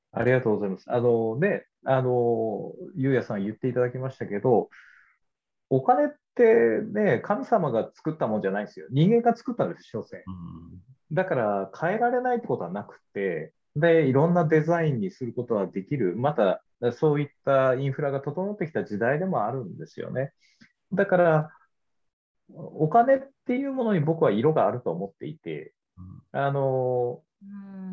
ありがとうございます。あのね、あの、ゆうやさん言っていただきましたけど、お金ってね、神様が作ったもんじゃないんですよ。人間が作ったんです、所詮。 うん。 だから変えられないってことはなくて、で、いろんなデザインにすることはできる。また、そういったインフラが整ってきた時代でもあるんですよね。だから、お金っていうものに僕は色があると思っていて、あの、 うん。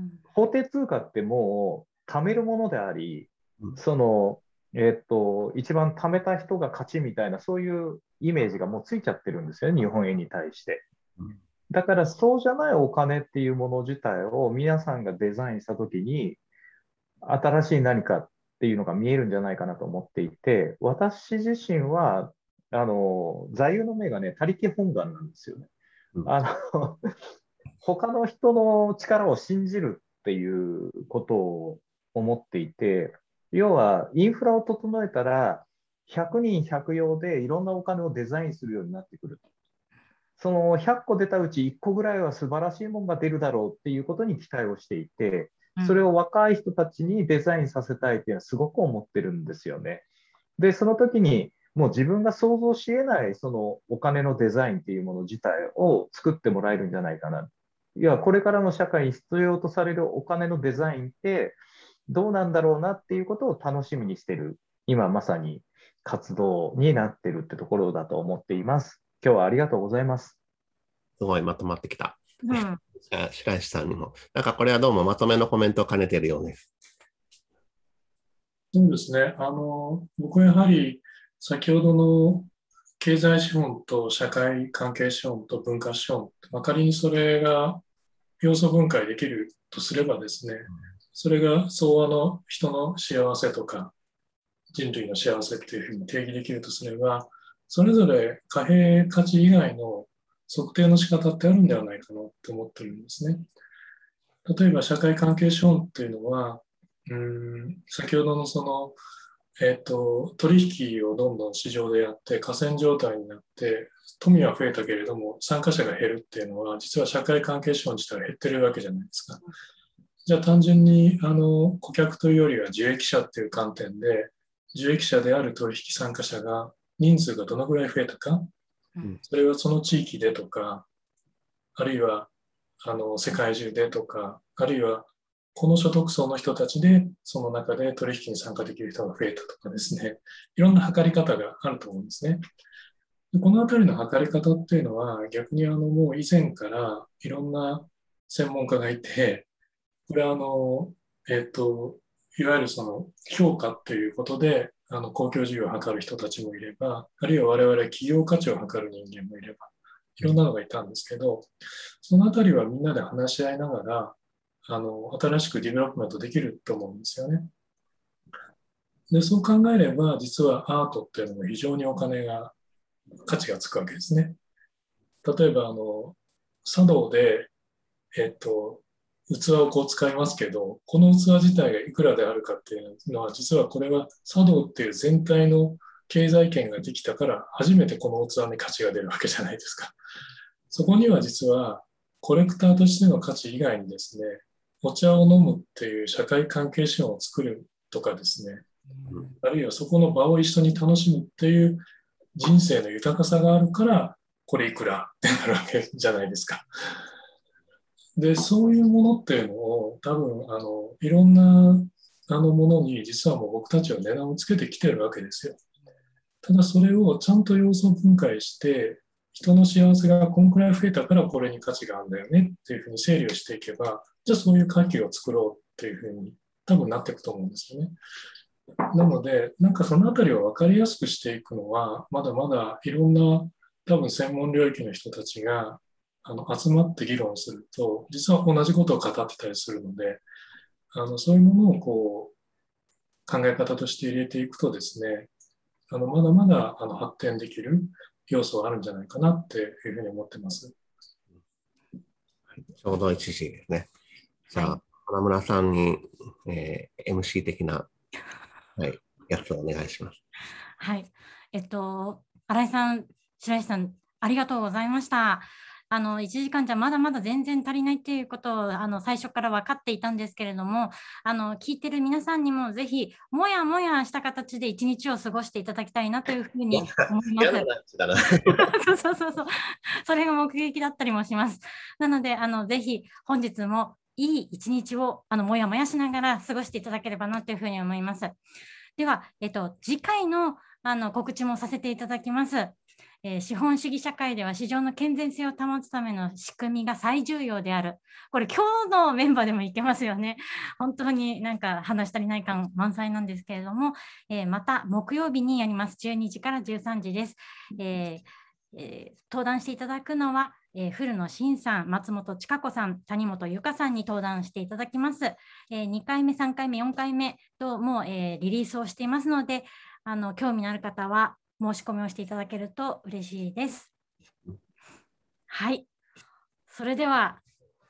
法定通貨ってもう貯めるものであり、 うん。 その、えっと、一番貯めた人が勝ちみたいな、そういうイメージがもうついちゃってるんですよね、日本円に対して。 うん。 だからそうじゃないお金っていうもの自体を皆さんがデザインしたときに、新しい何かっていうのが見えるんじゃないかなと思っていて、私自身は、あの、座右の銘がね、他力本願なんですよね。 うん。 あの、他の人の力を信じるっていうことを思っていて、要はインフラを整えたら、ひゃくにんひゃく用でいろんなお金をデザインするようになってくる。そのひゃっこ出たうちいっこぐらいは素晴らしいものが出るだろうっていうことに期待をしていて、それを若い人たちにデザインさせたいっていうのはすごく思ってるんですよね。で、その時にもう自分が想像し得ないそのお金のデザインっていうもの自体を作ってもらえるんじゃないかな。いや、これからの社会に必要とされるお金のデザインってどうなんだろうなっていうことを楽しみにしてる。今まさに活動になってるってところだと思っています。今日はありがとうございます。 すごいまとまってきた。 うん。 白石さんにも。なんかこれはどうもまとめのコメントを兼ねているようです。 そうですね。あの、僕はやはり先ほどの経済資本と社会関係資本と文化資本、仮にそれが要素分解できるとすればですね、それが相和の人の幸せとか人類の幸せっていうふうに定義できるとすれば、それぞれ貨幣価値以外の測定の仕方ってあるんではないかなって思ってるんですね。例えば社会関係資本っていうのは、うん、先ほどのその、えっと、取引をどんどん市場でやって寡占状態になって富は増えたけれども参加者が減るっていうのは実は社会関係資本自体が減ってるわけじゃないですか。じゃあ単純にあの顧客というよりは受益者っていう観点で受益者である取引参加者が人数がどのぐらい増えたか、 うん、 それはその地域でとか、あるいはあの世界中でとか、あるいはこの所得層の人たちでその中で取引に参加できる人が増えたとかですね、いろんな測り方があると思うんですね。でこのあたりの測り方っていうのは逆にあのもう以前からいろんな専門家がいて、これはあの、えっと、いわゆるその評価っていうことであの公共事業を図る人たちもいれば、あるいは我々企業価値を図る人間もいれば、いろんなのがいたんですけど、そのあたりはみんなで話し合いながら、あの新しくディベロップメントできると思うんですよね。で、そう考えれば、実はアートっていうのも非常にお金が、価値がつくわけですね。例えば、あの、茶道で、えっと、器をこう使いますけど、この器自体がいくらであるかっていうのは、実はこれは茶道っていう全体の経済圏ができたから、初めてこの器に価値が出るわけじゃないですか。そこには実は、コレクターとしての価値以外にですね、お茶を飲むっていう社会関係資本を作るとかですね、あるいはそこの場を一緒に楽しむっていう人生の豊かさがあるから、これいくらってなるわけじゃないですか。で、そういうものっていうのを多分、あの、いろんなあのものに実はもう僕たちは値段をつけてきてるわけですよ。ただそれをちゃんと要素分解して、人の幸せがこのくらい増えたからこれに価値があるんだよねっていうふうに整理をしていけば、じゃあそういう価値を作ろうっていうふうに多分なっていくと思うんですよね。なので、なんかそのあたりを分かりやすくしていくのは、まだまだいろんな多分専門領域の人たちがあの集まって議論すると、実は同じことを語ってたりするので、あのそういうものをこう考え方として入れていくとですね、あのまだまだあの発展できる要素があるんじゃないかなっていうふうに思ってます。 ちょうどいちじですね。じゃあ、花村さんに、えー、エムシー 的な、はい、やつをお願いします。 はい。えっと、新井さん、白石さん、ありがとうございました。 あのいちじかんじゃまだまだ全然足りないっていうことをあの最初から分かっていたんですけれども、あの聞いてる皆さんにもぜひもやもやした形で一日を過ごしていただきたいなというふうに思います。そうそうそうそう、それが目的だったりもします。なのであのぜひ本日もいい一日をあのもやもやしながら過ごしていただければなというふうに思います。では、えっと、次回の、あの告知もさせていただきます。えー、資本主義社会では市場の健全性を保つための仕組みが最重要である。これ今日のメンバーでもいけますよね。本当になんか話足りない感満載なんですけれども、えー、また木曜日にやります。じゅうにじからじゅうさんじです。えーえー、登壇していただくのは、えー、古野真さん、松本千佳子さん、谷本由香さんに登壇していただきます。えー、にかいめ、さんかいめ、よんかいめともう、えー、リリースをしていますので、あの興味のある方は申し込みをしていただけると嬉しいです。はい。それでは、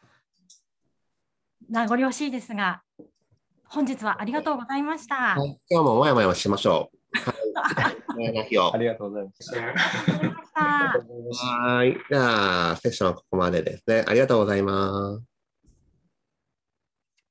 名残惜しいですが、本日はありがとうございました。 はい、今日ももやもやしましょう。 ありがとうございました。 はい。じゃあ、セッションはここまでですね。ありがとうございます。